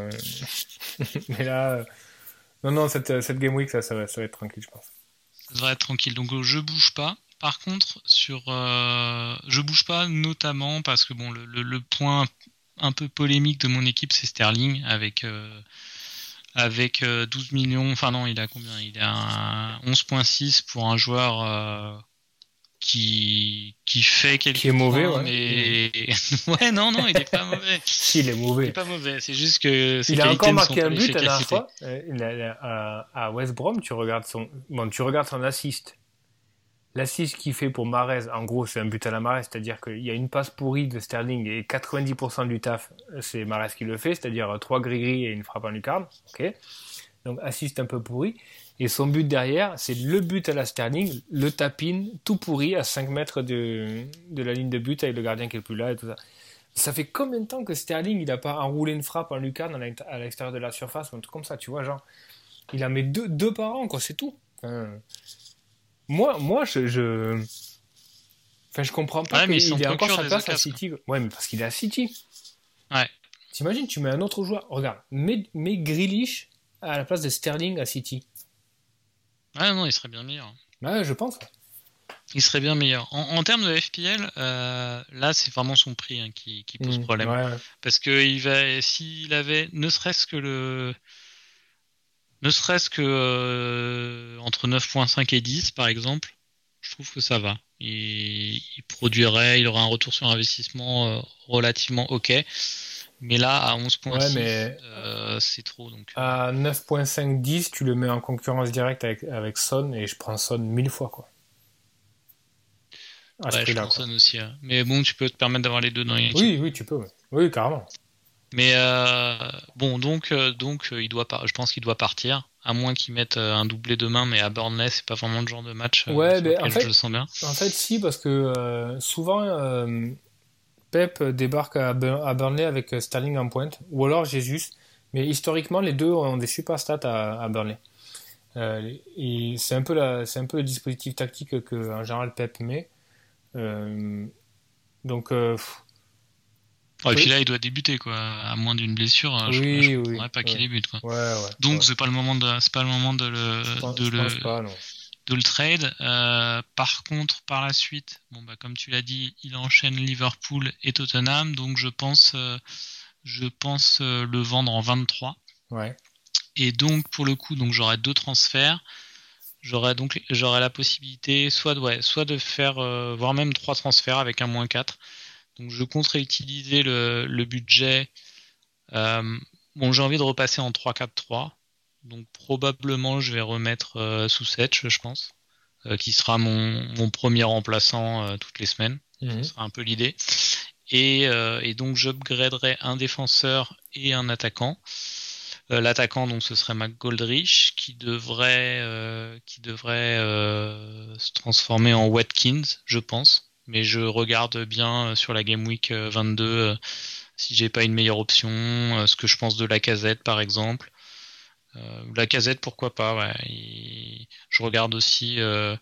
là, non, cette Game Week, ça va être tranquille, je pense. Ça devrait être tranquille. Donc, je bouge pas. Par contre, je bouge pas notamment parce que bon, le point un peu polémique de mon équipe, c'est Sterling avec 12 millions. Enfin non, il a combien? Il a 11.6 pour un joueur. Qui fait quelques qui est mauvais, points, mais ouais, non, il est pas mauvais. Si, il est mauvais. Il est pas mauvais, c'est juste que il a encore marqué un but la dernière fois. À West Brom, tu regardes son assist. L'assist qu'il fait pour Mahrez, en gros, c'est un but à la Mahrez, c'est-à-dire qu'il y a une passe pourrie de Sterling et 90% du taf, c'est Mahrez qui le fait, c'est-à-dire 3 gris-gris et une frappe en lucarne. Ok. Donc assist un peu pourri. Et son but derrière, c'est le but à la Sterling, le tap-in, tout pourri, à 5 mètres de la ligne de but, avec le gardien qui est plus là et tout ça. Ça fait combien de temps que Sterling, il a pas enroulé une frappe en lucarne à l'extérieur de la surface, ou un truc comme ça, tu vois, genre. Il en met deux par an, quoi, c'est tout. Moi, je comprends pas qu'il ait encore sa place à City. Ouais, mais parce qu'il est à City. Ouais. T'imagines, tu mets un autre joueur, regarde, mets Grealish à la place de Sterling à City. Ah non, il serait bien meilleur. Ouais, je pense. Il serait bien meilleur. En termes de FPL, là, c'est vraiment son prix qui pose problème. Ouais. Parce que s'il avait, ne serait-ce que entre 9.5 et 10, par exemple, je trouve que ça va. Il aurait un retour sur investissement relativement ok. Mais là, à 11.6, c'est trop. Donc, à 9.5, 10, tu le mets en concurrence directe avec Son, et je prends Son 1000 fois, quoi. Je prends Son aussi. Hein. Mais bon, tu peux te permettre d'avoir les deux dans une équipe. Oui, tu peux. Oui, carrément. Mais donc, je pense qu'il doit partir. à moins qu'ils mettent un doublé demain, mais à Burnley, c'est pas vraiment le genre de match Ouais, sur mais lequel je le sens bien. en fait, si, parce que souvent, Pep débarque à Burnley avec Sterling en pointe, ou alors Jesus. Mais historiquement, les deux ont des super stats à Burnley. Et c'est un peu le dispositif tactique que en général Pep met. Euh, donc, Et puis là, il doit débuter, quoi. À moins d'une blessure, je comprendrais pas qu'il débute, quoi. Ouais, donc, c'est pas le moment de le trade. Par contre, par la suite, comme tu l'as dit, il enchaîne Liverpool et Tottenham, donc je pense le vendre en 23. Ouais. Et donc, pour le coup, j'aurai 2 transferts. J'aurai la possibilité soit de faire, voire même 3 transferts avec un -4. Donc, je compte réutiliser le budget. J'ai envie de repasser en 3-4-3. Donc, probablement, je vais remettre Soucek, je pense, qui sera mon premier remplaçant toutes les semaines. Ce sera un peu l'idée. Et donc, j'upgraderai un défenseur et un attaquant. L'attaquant, donc, ce serait McGoldrick, qui devrait se transformer en Watkins, je pense. Mais je regarde bien sur la Game Week 22 si j'ai pas une meilleure option, ce que je pense de Lacazette, par exemple. Lacazette, pourquoi pas, ouais. Je regarde aussi...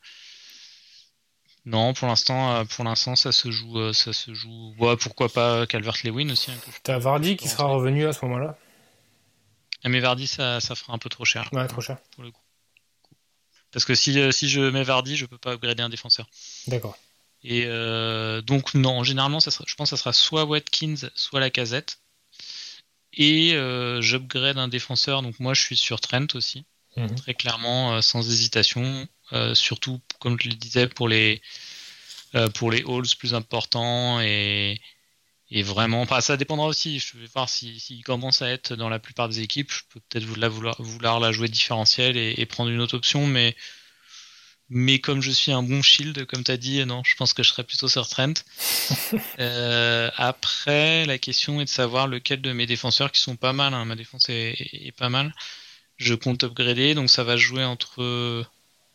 Non, pour l'instant, ça se joue. Ouais, pourquoi pas Calvert-Lewin aussi. T'as Vardy qui sera revenu à ce moment-là. Mais Vardy, ça fera un peu trop cher. Ouais, trop cher. Pour le coup. Parce que si je mets Vardy, je peux pas upgrader un défenseur. D'accord. Et donc non, généralement, je pense que ça sera soit Watkins, soit Lacazette. Et j'upgrade un défenseur. Donc moi, je suis sur Trent aussi, très clairement, sans hésitation. Surtout, comme je le disais, pour les halls plus importants et vraiment, ça dépendra aussi. Je vais voir s'il commence à être dans la plupart des équipes. Je peux peut-être vouloir la jouer différentielle et prendre une autre option, mais comme je suis un bon shield, comme tu as dit, non, je pense que je serais plutôt sur Trent. Après, la question est de savoir lequel de mes défenseurs qui sont pas mal. Ma défense est pas mal. Je compte upgrader, donc ça va jouer entre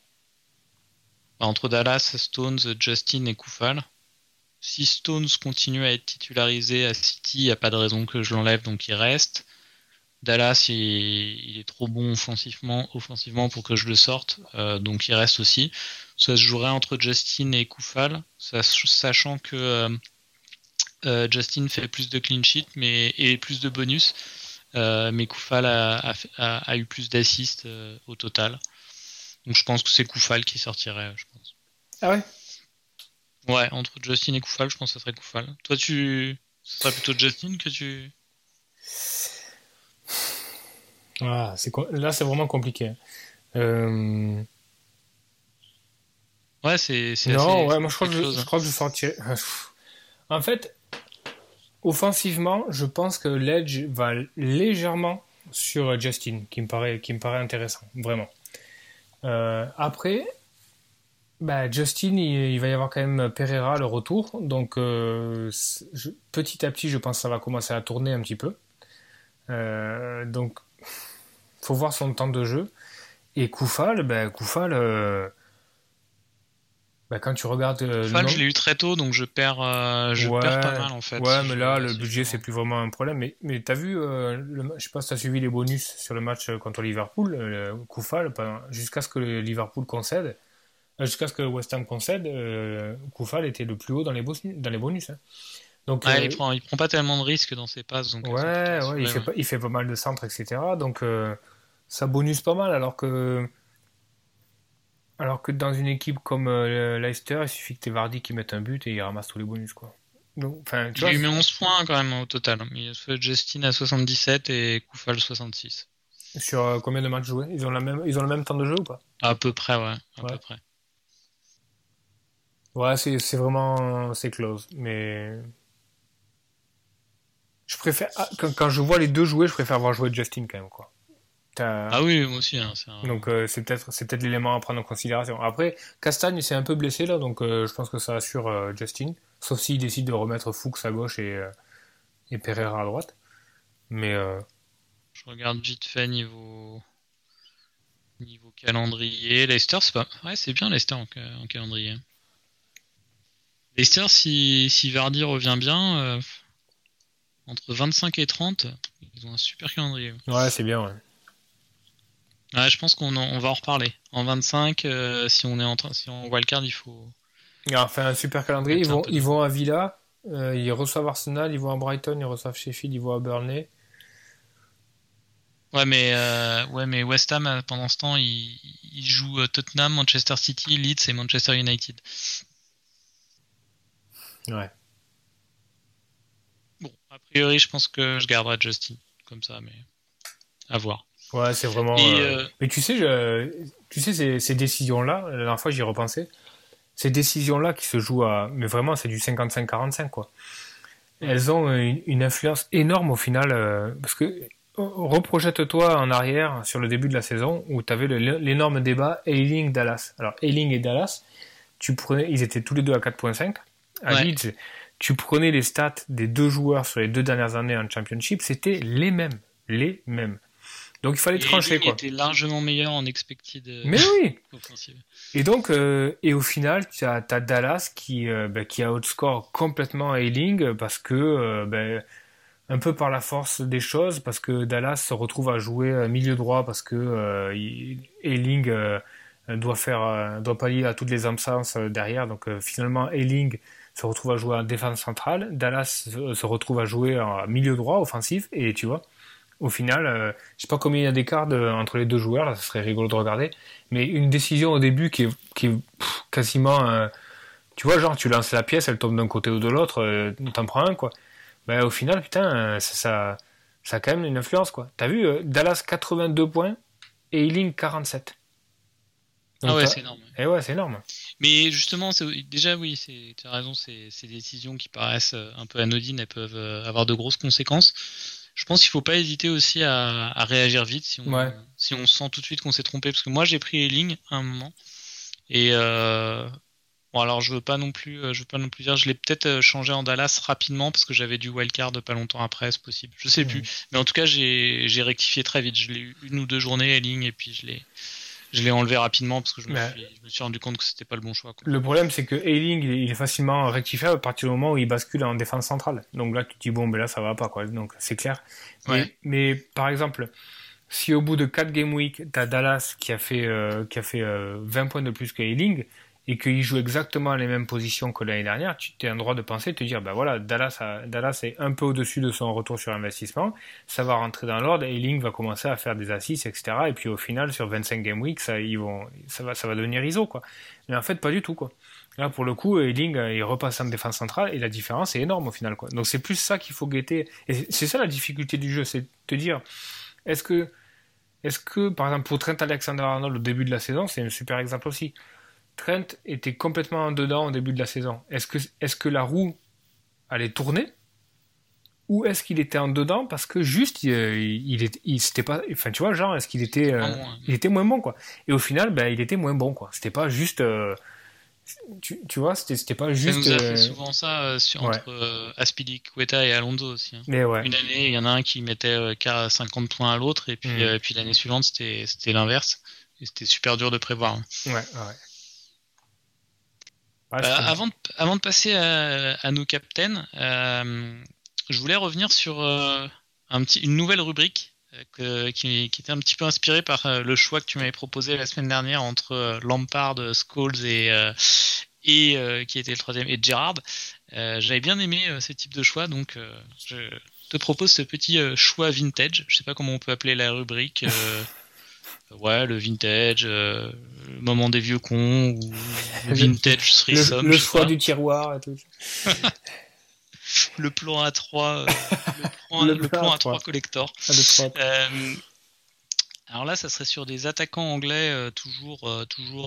Dallas, Stones, Justin et Koufal. Si Stones continue à être titularisé à City, il n'y a pas de raison que je l'enlève, donc il reste. Dallas, il est trop bon offensivement pour que je le sorte, donc il reste aussi. Ça se jouerait entre Justin et Koufal, sachant que Justin fait plus de clean sheet et plus de bonus, mais Koufal a eu plus d'assists au total. Donc je pense que c'est Koufal qui sortirait, je pense. Ah ouais? Ouais, entre Justin et Koufal, je pense que ça serait Koufal. Toi, ce serait plutôt Justin que tu... Ah, là, c'est vraiment compliqué. Ouais, c'est non, assez, ouais, moi je crois que je sortirais. En fait, offensivement, je pense que l'edge va légèrement sur Justin, qui me paraît intéressant, vraiment. Après, Justin, il va y avoir quand même Pereira le retour, donc petit à petit, je pense que ça va commencer à tourner un petit peu. Donc, faut voir son temps de jeu. Et Koufal, quand tu regardes. Koufal, je l'ai eu très tôt, donc je perds pas mal en fait. Ouais, mais là, le budget, c'est plus vraiment un problème. Mais t'as vu, je sais pas si t'as suivi les bonus sur le match contre Liverpool, Koufal, jusqu'à ce que Liverpool concède. Jusqu'à ce que West Ham concède, Koufal était le plus haut dans les bonus. Hein. Donc, il prend pas tellement de risques dans ses passes. Donc il fait pas mal de centres, etc. Donc ça bonus pas mal, alors que dans une équipe comme Leicester, il suffit que t'aies Vardy qui mette un but et il ramasse tous les bonus, quoi. Donc, il a eu 11 points quand même au total. Il a fait Justin à 77 et Koufal 66. Sur combien de matchs joués? Ils ont le même temps de jeu ou pas? À peu près, ouais. À peu près. Ouais, c'est vraiment close, mais je préfère quand je vois les deux jouer, je préfère voir jouer Justin quand même, quoi. Ah oui, moi aussi. Hein, donc c'est peut-être l'élément à prendre en considération. Après, Castagne s'est un peu blessé là, donc je pense que ça assure Justin, sauf s'il décide de remettre Fuchs à gauche et Pereira à droite. Mais je regarde vite fait niveau Niveau calendrier, Leicester, c'est pas... Ouais, c'est bien Leicester en calendrier. Leicester, si Vardy revient bien, entre 25 et 30, ils ont un super calendrier. Ouais, c'est bien, ouais. Ouais, je pense qu'on va en reparler. En 25, si on wildcard, il faut... Enfin, un super calendrier. Ils vont à Villa, ils reçoivent Arsenal, ils vont à Brighton, ils reçoivent Sheffield, ils vont à Burnley. Ouais, mais West Ham, pendant ce temps, il joue Tottenham, Manchester City, Leeds et Manchester United. Ouais. Bon, a priori, je pense que je garderai Justin comme ça, mais à voir. Ouais, c'est vraiment. Mais tu sais, ces décisions-là, la dernière fois j'y repensais, ces décisions-là qui se jouent à, mais vraiment c'est du 55-45 quoi. Elles ont une influence énorme au final, parce que reprojette-toi en arrière sur le début de la saison où tu avais l'énorme débat Ayling-Dallas. Alors Ayling et Dallas, ils étaient tous les deux à 4.5. À Leeds, tu prenais les stats des deux joueurs sur les 2 dernières années en Championship, c'était les mêmes. Donc il fallait trancher Ayling quoi. était largement meilleur en expected Mais oui. offensive. Et donc et au final tu as Dallas qui a outscore complètement Ayling parce que un peu par la force des choses, parce que Dallas se retrouve à jouer milieu droit parce que Ayling doit pallier à toutes les absences derrière. Donc finalement Ayling se retrouve à jouer en défense centrale, Dallas se retrouve à jouer en milieu droit offensif, et tu vois, au final, je sais pas combien il y a d'écart entre les deux joueurs, là, ça serait rigolo de regarder, mais une décision au début qui est quasiment, tu vois, genre tu lances la pièce, elle tombe d'un côté ou de l'autre, t'en prends un quoi. Ben, au final, putain, ça a quand même une influence quoi. T'as vu, Dallas 82 points et Ayling 47. Donc, c'est énorme. Et ouais, c'est énorme. Mais justement, déjà oui, tu as raison, ces décisions qui paraissent un peu anodines, elles peuvent avoir de grosses conséquences. Je pense qu'il faut pas hésiter aussi à réagir vite si on sent tout de suite qu'on s'est trompé, parce que moi j'ai pris Ayling à un moment et bon alors je veux pas non plus dire, je l'ai peut-être changé en Dallas rapidement parce que j'avais du wildcard pas longtemps après, c'est possible, je sais plus, mais en tout cas j'ai rectifié très vite, je l'ai eu 1 ou 2 journées Ayling et puis je l'ai enlevé rapidement parce que je me suis rendu compte que c'était pas le bon choix quoi. Le problème, c'est que Ayling, il est facilement rectifiable à partir du moment où il bascule en défense centrale. Donc là, tu te dis, bon, ben là, ça va pas, quoi. Donc, c'est clair. Mais par exemple, si au bout de 4 game week, t'as Dallas qui a fait 20 points de plus que Ayling, et qu'il joue exactement les mêmes positions que l'année dernière, tu as un droit de penser, de te dire, ben voilà, Dallas est un peu au-dessus de son retour sur investissement, ça va rentrer dans l'ordre, et Ayling va commencer à faire des assists, etc. Et puis au final, sur 25 game week, ça va devenir ISO, quoi. Mais en fait, pas du tout, quoi. Là, pour le coup, Ayling, il repasse en défense centrale, et la différence est énorme au final, quoi. Donc c'est plus ça qu'il faut guetter. Et c'est ça la difficulté du jeu, c'est de te dire, est-ce que, par exemple, pour Trent Alexander-Arnold au début de la saison, c'est un super exemple aussi. Trent était complètement en dedans au début de la saison. Est-ce que la roue allait tourner, ou est-ce qu'il était en dedans parce que juste il s'était pas, enfin tu vois, genre est-ce qu'il était il était moins bon quoi. Et au final il était moins bon quoi. C'était pas juste tu vois, c'était pas juste. Ça nous a fait souvent ça entre Azpilicueta et Alonso aussi. Hein. Mais ouais. Une année, il y en a un qui mettait 50 points à l'autre, et puis l'année suivante, c'était l'inverse. Et c'était super dur de prévoir. Hein. Ouais. Avant de passer à nos captains, je voulais revenir sur une nouvelle rubrique qui était un petit peu inspirée par le choix que tu m'avais proposé la semaine dernière entre Lampard, Scholes et qui était le troisième, et Gerrard. J'avais bien aimé ce type de choix, donc je te propose ce petit choix vintage. Je sais pas comment on peut appeler la rubrique. Le vintage, le moment des vieux cons, ou le vintage threesome. Le choix du tiroir et tout. Le plan A3, le plan A3 collector. Alors là, ça serait sur des attaquants anglais, toujours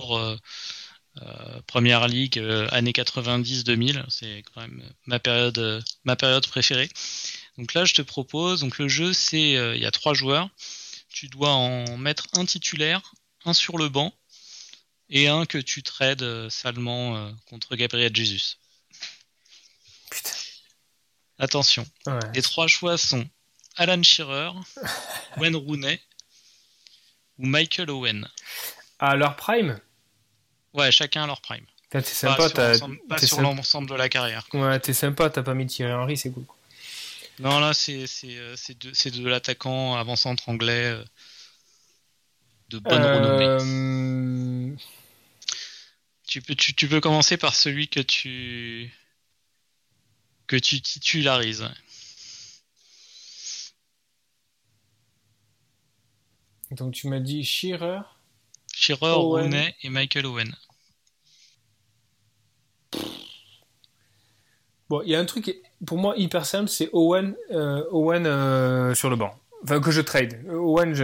Première Ligue, années 90-2000. C'est quand même ma période préférée. Donc là, je te propose. Donc le jeu, c'est il y a 3 joueurs. Tu dois en mettre un titulaire, un sur le banc, et un que tu trades salement contre Gabriel Jesus. Putain. Attention, les 3 choix sont Alan Shearer, Wayne Rooney ou Michael Owen. À leur prime? Ouais, chacun à leur prime. T'es sympa, Pas sur l'ensemble de la carrière. Quoi. Ouais, t'es sympa, t'as pas mis Thierry Henry, c'est cool. Non, là, c'est de l'attaquant avant-centre anglais de bonne renommée. Tu peux commencer par celui que tu titularises. Ouais. Donc tu m'as dit Shearer, Rooney et Michael Owen. Bon, il y a un truc pour moi hyper simple, c'est Owen sur le banc. Enfin, que je trade. Owen,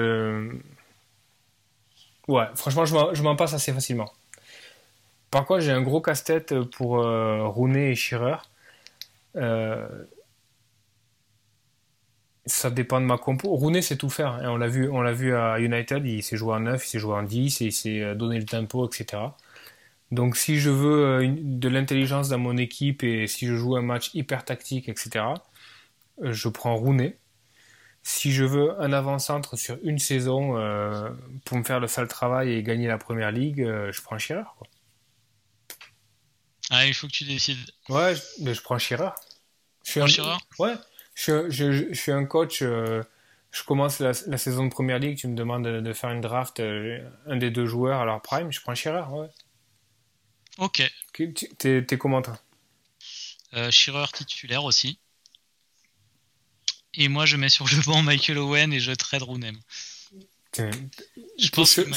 ouais, franchement, je m'en passe assez facilement. Par contre, j'ai un gros casse-tête pour Rooney et Shearer. Ça dépend de ma compo. Rooney sait tout faire. Hein. On l'a vu à United, il s'est joué en 9, il s'est joué en 10, et il s'est donné le tempo, etc. Donc si je veux de l'intelligence dans mon équipe et si je joue un match hyper tactique, etc., je prends Rooney. Si je veux un avant-centre sur une saison pour me faire le sale travail et gagner la première ligue, je prends Shearer. Quoi. Ah, il faut que tu décides. Ouais, mais je prends Shearer. Shearer ? Ouais. Je suis un coach. Je commence la saison de première ligue. Tu me demandes de faire une draft, un des deux joueurs à leur prime. Je prends Shearer. Ouais. Ok. T'es comment toi? Shearer titulaire aussi. Et moi je mets sur le banc Michael Owen et je trade Rooney. Je pense que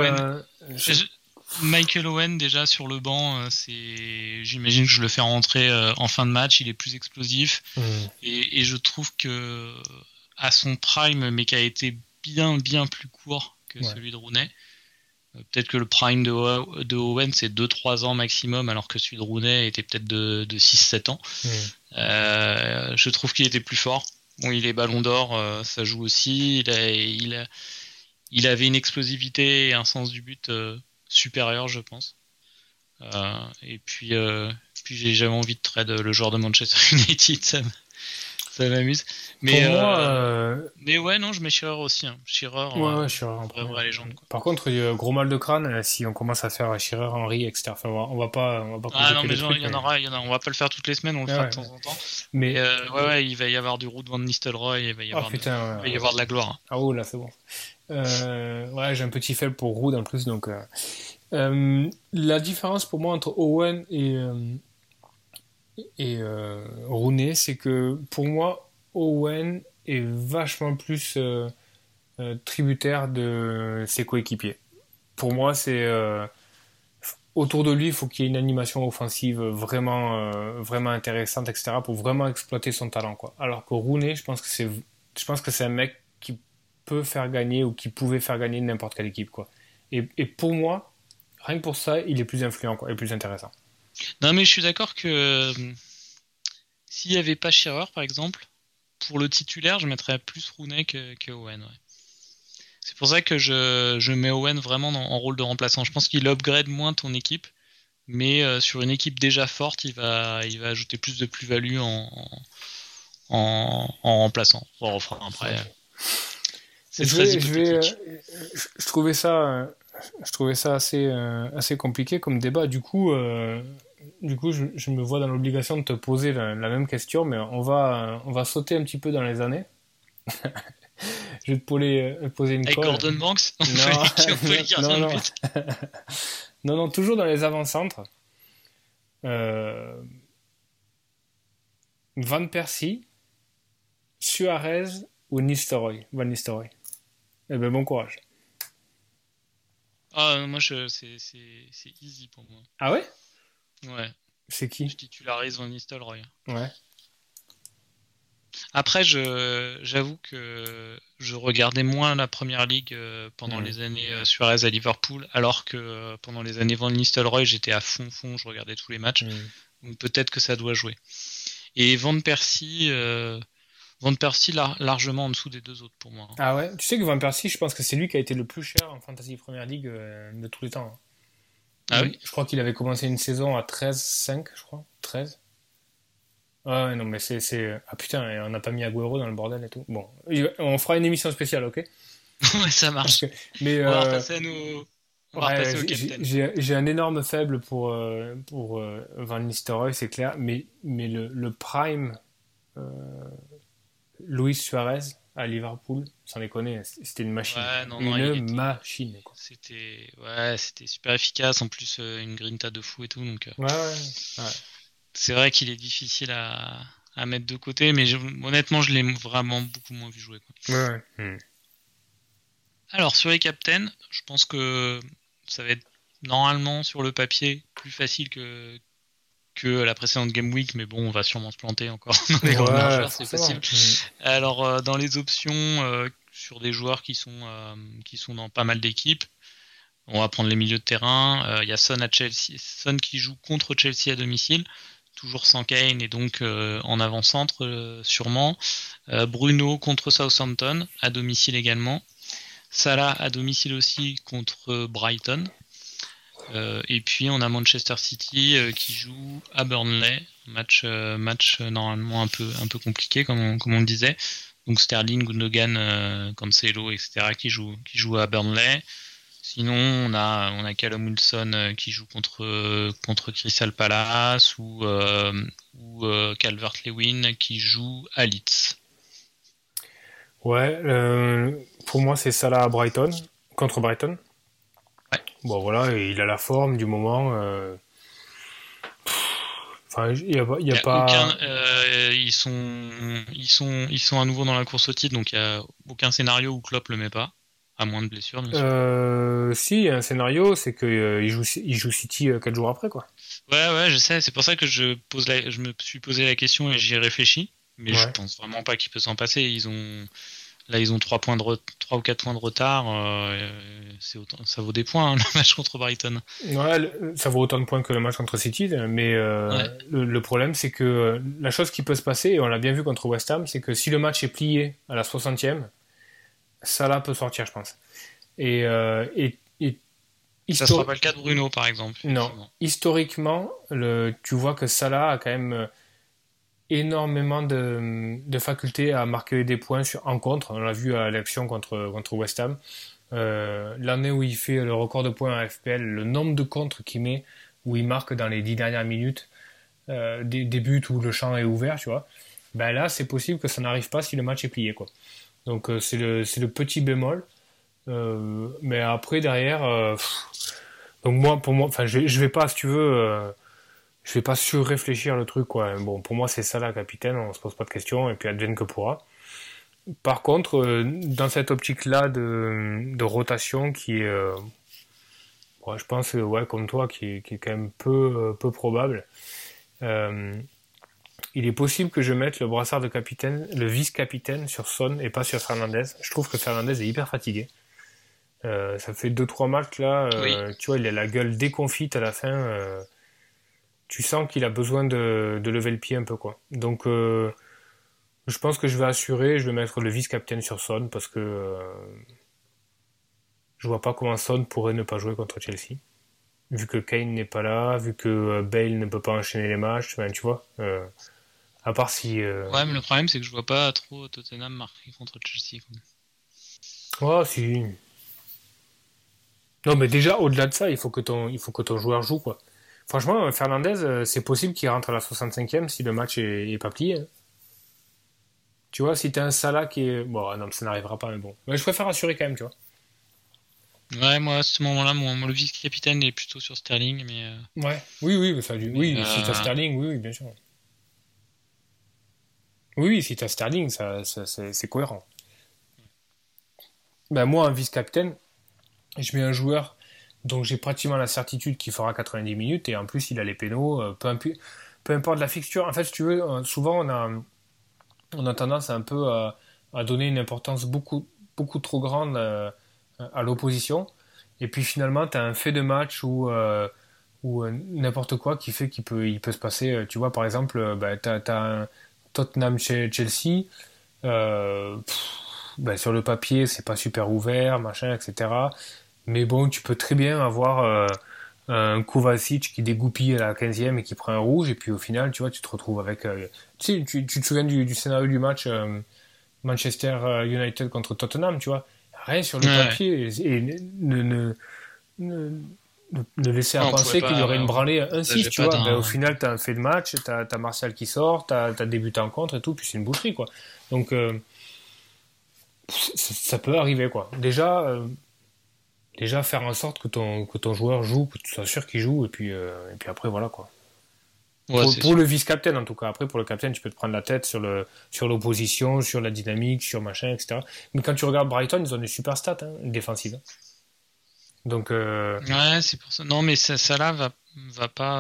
Michael Owen déjà sur le banc, j'imagine que je le fais rentrer en fin de match, il est plus explosif et je trouve que à son prime, mais qui a été bien plus court que celui de Rooney. Peut-être que le prime de Owen c'est 2-3 ans maximum, alors que celui de Rooney était peut-être de 6-7 ans. Je trouve qu'il était plus fort. Bon, il est ballon d'or, ça joue aussi. Il avait une explosivité et un sens du but supérieur, je pense. Et puis j'ai jamais envie de trade le joueur de Manchester United, ça m'amuse. Mais ouais, non, je mets Shearer aussi. Hein. Shearer, Shearer vraie légende. Quoi. Par contre, il y a gros mal de crâne si on commence à faire Shearer, Henry, etc. Enfin, on va pas. Ah non, mais il y en aura. On va pas le faire toutes les semaines, on le fera de temps en temps. Mais il va y avoir du Ruud van Nistelrooy, il va y avoir de la gloire. Ah oh là, c'est bon. J'ai un petit faible pour Ruud en plus, donc. La différence pour moi entre Owen et Rooney, c'est que pour moi, Owen est vachement plus tributaire de ses coéquipiers. Pour moi, c'est autour de lui, il faut qu'il y ait une animation offensive vraiment intéressante, etc., pour vraiment exploiter son talent, quoi. Alors que Rooney, je pense que c'est un mec qui peut faire gagner ou qui pouvait faire gagner n'importe quelle équipe, quoi. Et pour moi, rien que pour ça, il est plus influent, quoi, et plus intéressant. Non, mais je suis d'accord que s'il n'y avait pas Shearer, par exemple, pour le titulaire, je mettrais plus Rooney que Owen. Ouais. C'est pour ça que je mets Owen vraiment en rôle de remplaçant. Je pense qu'il upgrade moins ton équipe, mais sur une équipe déjà forte, il va ajouter plus de plus-value en remplaçant. On refera après. C'est très hypothétique. Je trouvais ça assez compliqué comme débat. Du coup, je me vois dans l'obligation de te poser la même question, mais on va sauter un petit peu dans les années. Je vais te poser une colle. Avec Gordon Banks, on peut les garder dans le but. Non, toujours dans les avant-centres. Van Persie, Suarez ou Van Nistelrooy. Eh ben, bon courage. Ah, moi, c'est easy pour moi. Ah ouais? Ouais. C'est qui? Je titularise Van Nistelrooy. Ouais. Après, j'avoue que je regardais moins la Première Ligue pendant les années Suarez à Liverpool, alors que pendant les années Van Nistelrooy, j'étais à fond, je regardais tous les matchs. Donc peut-être que ça doit jouer. Et Van Persie largement en dessous des deux autres pour moi. Ah ouais? Tu sais que Van Persie, je pense que c'est lui qui a été le plus cher en Fantasy Premier League de tous les temps. Ah oui? Je crois qu'il avait commencé une saison à 13,5, je crois. 13. Ah non, mais c'est... Ah putain, on n'a pas mis Agüero dans le bordel et tout. Bon, on fera une émission spéciale, ok? Ouais, ça marche. Mais, on va passer à nos On va repasser au capitaine. J'ai un énorme faible pour Van Nistelrooy, c'est clair, mais le prime Luis Suarez à Liverpool, sans déconner, c'était une machine. Machine. Quoi. C'était super efficace, en plus une grinta de fou et tout. Donc, ouais. C'est vrai qu'il est difficile à mettre de côté, mais honnêtement, je l'ai vraiment beaucoup moins vu jouer. Quoi. Ouais. Alors, sur les captains, je pense que ça va être normalement sur le papier plus facile que la précédente Game Week, mais bon, on va sûrement se planter encore dans les grands marcheurs, c'est possible. Alors, dans les options, sur des joueurs qui sont dans pas mal d'équipes, on va prendre les milieux de terrain. Il y a Son à Chelsea, Son qui joue contre Chelsea à domicile, toujours sans Kane et donc en avant-centre sûrement. Bruno contre Southampton à domicile également. Salah à domicile aussi contre Brighton. Et puis on a Manchester City qui joue à Burnley, match normalement un peu compliqué comme on le disait. Donc Sterling, Gundogan, Cancelo, etc. qui joue à Burnley. Sinon on a Callum Wilson qui joue contre Crystal Palace ou Calvert-Lewin qui joue à Leeds. Ouais, pour moi c'est Salah à Brighton contre Brighton. Ouais. Bon voilà, et il a la forme du moment. Enfin, il y a pas. Ils sont à nouveau dans la course au titre, donc il y a aucun scénario où Klopp le met pas, à moins de blessures. Bien sûr. Si, il y a un scénario, c'est que il joue City 4 jours après, quoi. Ouais, je sais. C'est pour ça que je me suis posé la question et j'y ai réfléchi. Mais je pense vraiment pas qu'il peut s'en passer. Ils ont 3 ou 4 points de retard. Ça vaut des points, hein, le match contre Brighton. Ouais, ça vaut autant de points que le match contre City. Mais le problème, c'est que la chose qui peut se passer, et on l'a bien vu contre West Ham, c'est que si le match est plié à la 60e, Salah peut sortir, je pense. Et ça sera pas le cas de Bruno, par exemple. Non. Historiquement, tu vois que Salah a quand même énormément de facultés à marquer des points en contre. On l'a vu à l'action contre West Ham. L'année où il fait le record de points à FPL, le nombre de contres qu'il met, où il marque dans les 10 dernières minutes, des buts où le champ est ouvert, tu vois. Ben là, c'est possible que ça n'arrive pas si le match est plié, quoi. Donc c'est le petit bémol. Mais après, derrière... donc pour moi, enfin, je vais pas, si tu veux... je vais pas surréfléchir le truc, quoi. Bon, pour moi, c'est ça la capitaine, on se pose pas de questions, et puis advienne que pourra. Par contre, dans cette optique-là de rotation qui est, je pense, comme toi, qui est quand même peu probable, il est possible que je mette le brassard de capitaine, le vice-capitaine sur Son et pas sur Fernandez. Je trouve que Fernandez est hyper fatigué. Ça fait 2-3 matchs là, tu vois, il a la gueule déconfite à la fin. Tu sens qu'il a besoin de lever le pied un peu, quoi. Donc, je pense que je vais assurer, je vais mettre le vice-capitaine sur Son parce que je vois pas comment Son pourrait ne pas jouer contre Chelsea. Vu que Kane n'est pas là, vu que Bale ne peut pas enchaîner les matchs, tu vois. À part si... Ouais, mais le problème, c'est que je vois pas trop Tottenham marquer contre Chelsea. Oh, si. Non, mais déjà, au-delà de ça, il faut que ton joueur joue, quoi. Franchement, Fernandez, c'est possible qu'il rentre à la 65e si le match est pas plié. Hein. Tu vois, si t'as un Salah qui est... Bon, non, ça n'arrivera pas, mais bon. Mais je préfère assurer quand même, tu vois. Ouais, moi, à ce moment-là, le vice-capitaine est plutôt sur Sterling, mais... Ouais, oui, ça, oui, si t'as Sterling, oui, bien sûr. Oui, si t'as Sterling, ça, c'est cohérent. Ben, moi, un vice-capitaine, je mets un joueur dont j'ai pratiquement la certitude qu'il fera 90 minutes, et en plus, il a les pénaux, peu importe la fixture. En fait, si tu veux, souvent, on a tendance un peu à donner une importance beaucoup trop grande à l'opposition, et puis finalement tu as un fait de match ou n'importe quoi qui fait il peut se passer, tu vois, par exemple, tu as un Tottenham chez Chelsea, sur le papier c'est pas super ouvert, machin, etc. Mais bon, tu peux très bien avoir un Kovacic qui dégoupille à la 15e et qui prend un rouge, et puis au final, tu vois, tu te retrouves avec... tu te souviens du scénario du match Manchester United contre Tottenham, tu vois, rien sur le papier, et de laisser à Non, on penser pouvait qu'il y aurait pas une branlée 1-6, j'ai tu pas vois. d'un- Ben, au final, t'as un fait de match, t'as Martial qui sort, t'as débuté en contre et tout, puis c'est une boucherie, quoi. Donc, ça peut arriver, quoi. Déjà faire en sorte que ton joueur joue, que tu sois sûr qu'il joue, et puis après, voilà, quoi. Ouais, c'est Pour sûr. le vice-captain, en tout cas. Après, pour le capitaine, tu peux te prendre la tête sur l'opposition, sur la dynamique, sur machin, etc. Mais quand tu regardes Brighton, ils ont des super stats, hein, défensives. Donc, Ouais, c'est pour ça. Non, mais ça là va pas.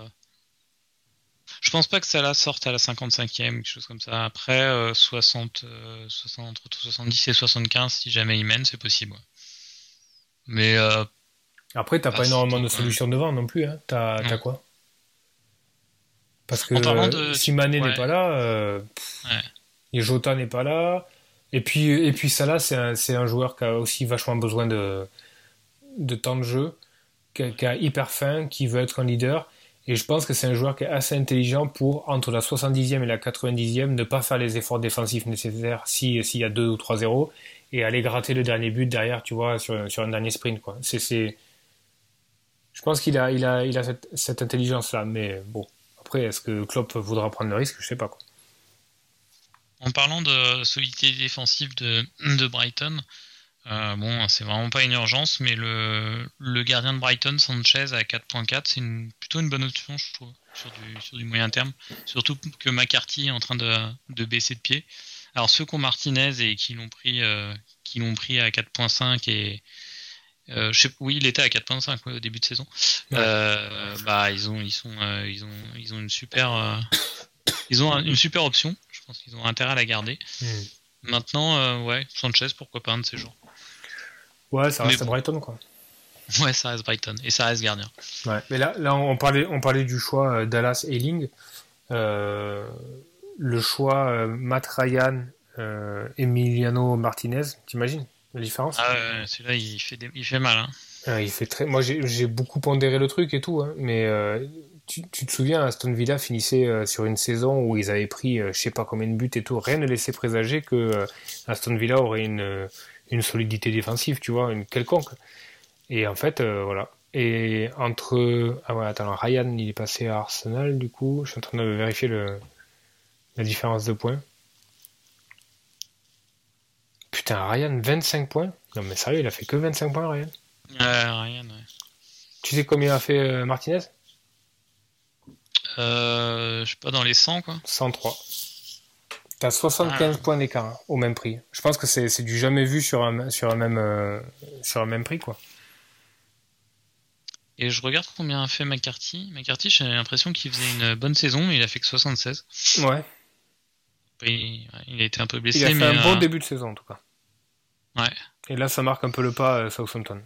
Je pense pas que Salah sorte à la 55e, quelque chose comme ça. Après, 60, entre 70 et 75, si jamais il mène, c'est possible. Ouais. Mais après, t'as pas énormément de quand même. solutions devant non plus, hein. T'as Non. quoi? Parce que En parlant de. si Mané n'est Ouais, pas là, ouais. et Jota n'est pas là, et puis Salah, c'est un joueur qui a aussi vachement besoin de temps de jeu, qui a hyper faim, qui veut être un leader. Et je pense que c'est un joueur qui est assez intelligent pour, entre la 70e et la 90e, ne pas faire les efforts défensifs nécessaires s'il y a 2 ou 3-0 et aller gratter le dernier but derrière, tu vois, sur un dernier sprint, quoi. Je pense qu'il a cette intelligence-là, mais bon. Après, est-ce que Klopp voudra prendre le risque? Je sais pas, quoi. En parlant de solidité défensive de Brighton, bon, c'est vraiment pas une urgence, mais le gardien de Brighton, Sanchez, à 4.4, c'est plutôt une bonne option, je trouve, sur du moyen terme. Surtout que McCarthy est en train de baisser de pied. Alors ceux qui ont Martinez et qui l'ont pris à 4.5 et oui, il était à 4.5 ouais, au début de saison. Ouais. Bah ils ont une super une super option. Je pense qu'ils ont intérêt à la garder. Maintenant, ouais, Sanchez, pourquoi pas un de ces jours. Ouais, ça Mais reste à bon. Brighton, quoi. Ouais, ça reste Brighton et ça reste gardien. Ouais. Mais là, on parlait du choix Dallas Ayling. Le choix Matt Ryan, Emiliano Martinez, t'imagines la différence? Ah, celui-là, il fait mal. Hein. Il fait très. Moi, j'ai beaucoup pondéré le truc et tout, hein, mais tu te souviens, Aston Villa finissait sur une saison où ils avaient pris je sais pas combien de buts et tout. Rien ne laissait présager que Aston Villa aurait une solidité défensive, tu vois, une quelconque. Et en fait, voilà. Et entre. Ah ouais, attends, Ryan, il est passé à Arsenal, du coup. Je suis en train de vérifier la différence de points. Putain, Ryan, 25 points? Non, mais sérieux, il a fait que 25 points, Ryan? Rien, ouais. Tu sais combien a fait Martinez? Je sais pas, dans les 100, quoi. 103. T'as 75 points d'écart, hein, au même prix. Je pense que c'est du jamais vu sur un même prix, quoi. Et je regarde combien a fait McCarthy. McCarthy, j'ai l'impression qu'il faisait une bonne saison, mais il a fait que 76. Ouais. Il a été un peu blessé, Il a fait mais un bon début de saison, en tout cas. ouais. Et là, ça marque un peu le pas Southampton.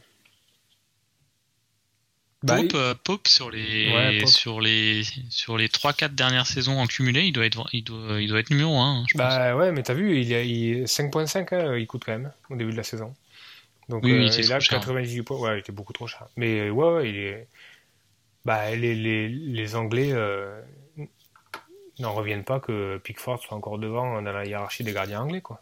Pope sur les Ouais, Pope. sur les 3-4 dernières saisons en cumulé, il doit être numéro 1, je pense. Bah ouais, mais t'as vu, 5.5, hein, il coûte quand même au début de la saison. Donc Oui, il était et là, trop cher. 98 points, ouais, il était beaucoup trop cher. Mais ouais, il est. Bah les Anglais n'en reviennent pas que Pickford soit encore devant dans la hiérarchie des gardiens anglais, quoi.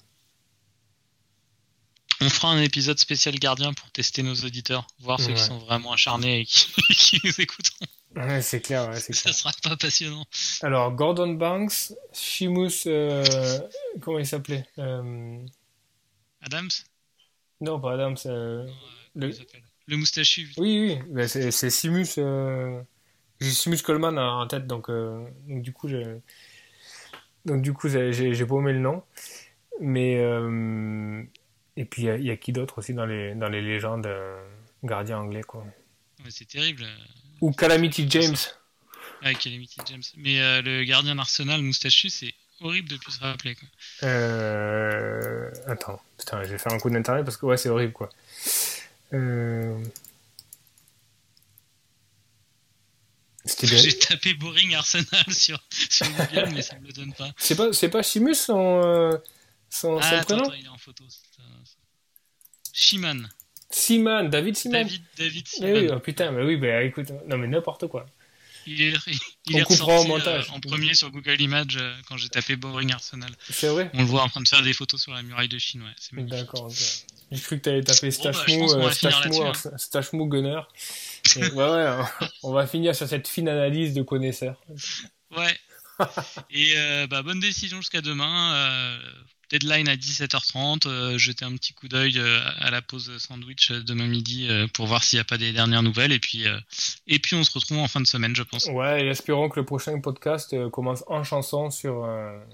On fera un épisode spécial gardien pour tester nos auditeurs, voir ceux qui sont vraiment acharnés et qui nous écouteront. Ouais, c'est clair, ouais, c'est Ça clair. sera pas passionnant. Alors, Gordon Banks, Seamus, comment il s'appelait Adams? Non, pas Adams. Comment il s'appelle le moustachu. Oui, ben, c'est Seamus. J'ai Seamus Coleman en tête, donc du coup, j'ai paumé le nom. Mais et puis il y a qui d'autre aussi dans les légendes gardiens anglais, quoi. Ouais, c'est terrible. Ou Calamity James. Avec Calamity James. Mais le gardien d'Arsenal moustachu, c'est horrible de plus se rappeler, quoi. Attends, putain, je vais faire un coup d'internet parce que ouais, c'est horrible, quoi. J'ai tapé Boring Arsenal sur Google, mais ça me le donne pas. C'est pas Seamus son prénom? Attends, il est en photo. Seaman. Seaman, David Seaman. David Mais Seaman. oui, oh, putain, mais oui, bah écoute, non mais n'importe quoi. Il est coupera au ressorti montage. en premier sur Google Images quand j'ai tapé Boring Arsenal. C'est vrai? On le voit en train de faire des photos sur la muraille de Chine, ouais. C'est magnifique. D'accord, ok. J'ai cru que t'allais taper je pense qu'on va finir là-dessus, Stachmou Gunner. Ouais, on va finir sur cette fine analyse de connaisseurs. Ouais. Et bonne décision jusqu'à demain. Deadline à 17h30. Jeter un petit coup d'œil à la pause sandwich demain midi pour voir s'il n'y a pas des dernières nouvelles. Et puis on se retrouve en fin de semaine, je pense. Ouais, et espérons que le prochain podcast commence en chanson sur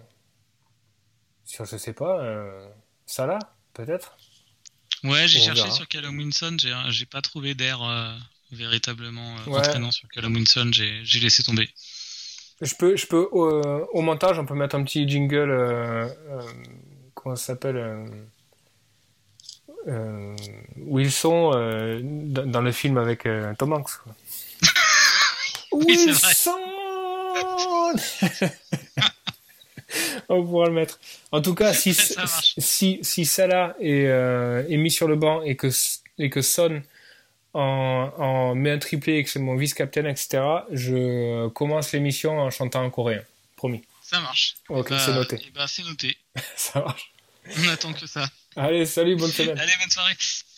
je sais pas, Salah, peut-être. Ouais, j'ai cherché sur Callum Wilson. J'ai pas trouvé d'air véritablement entraînant sur Callum Wilson. J'ai laissé tomber. Je peux au montage, on peut mettre un petit jingle, comment ça s'appelle, Wilson dans le film avec Tom Hanks. Quoi. Oui, Wilson. On pourra le mettre. En tout cas, si Salah est mis sur le banc et que Son en met un triplé et que c'est mon vice-capitaine, etc., je commence l'émission en chantant en coréen. Promis. Ça marche. Ok, c'est noté. C'est noté. Ça marche. On attend que ça. Allez, salut, bonne semaine. Allez, bonne soirée.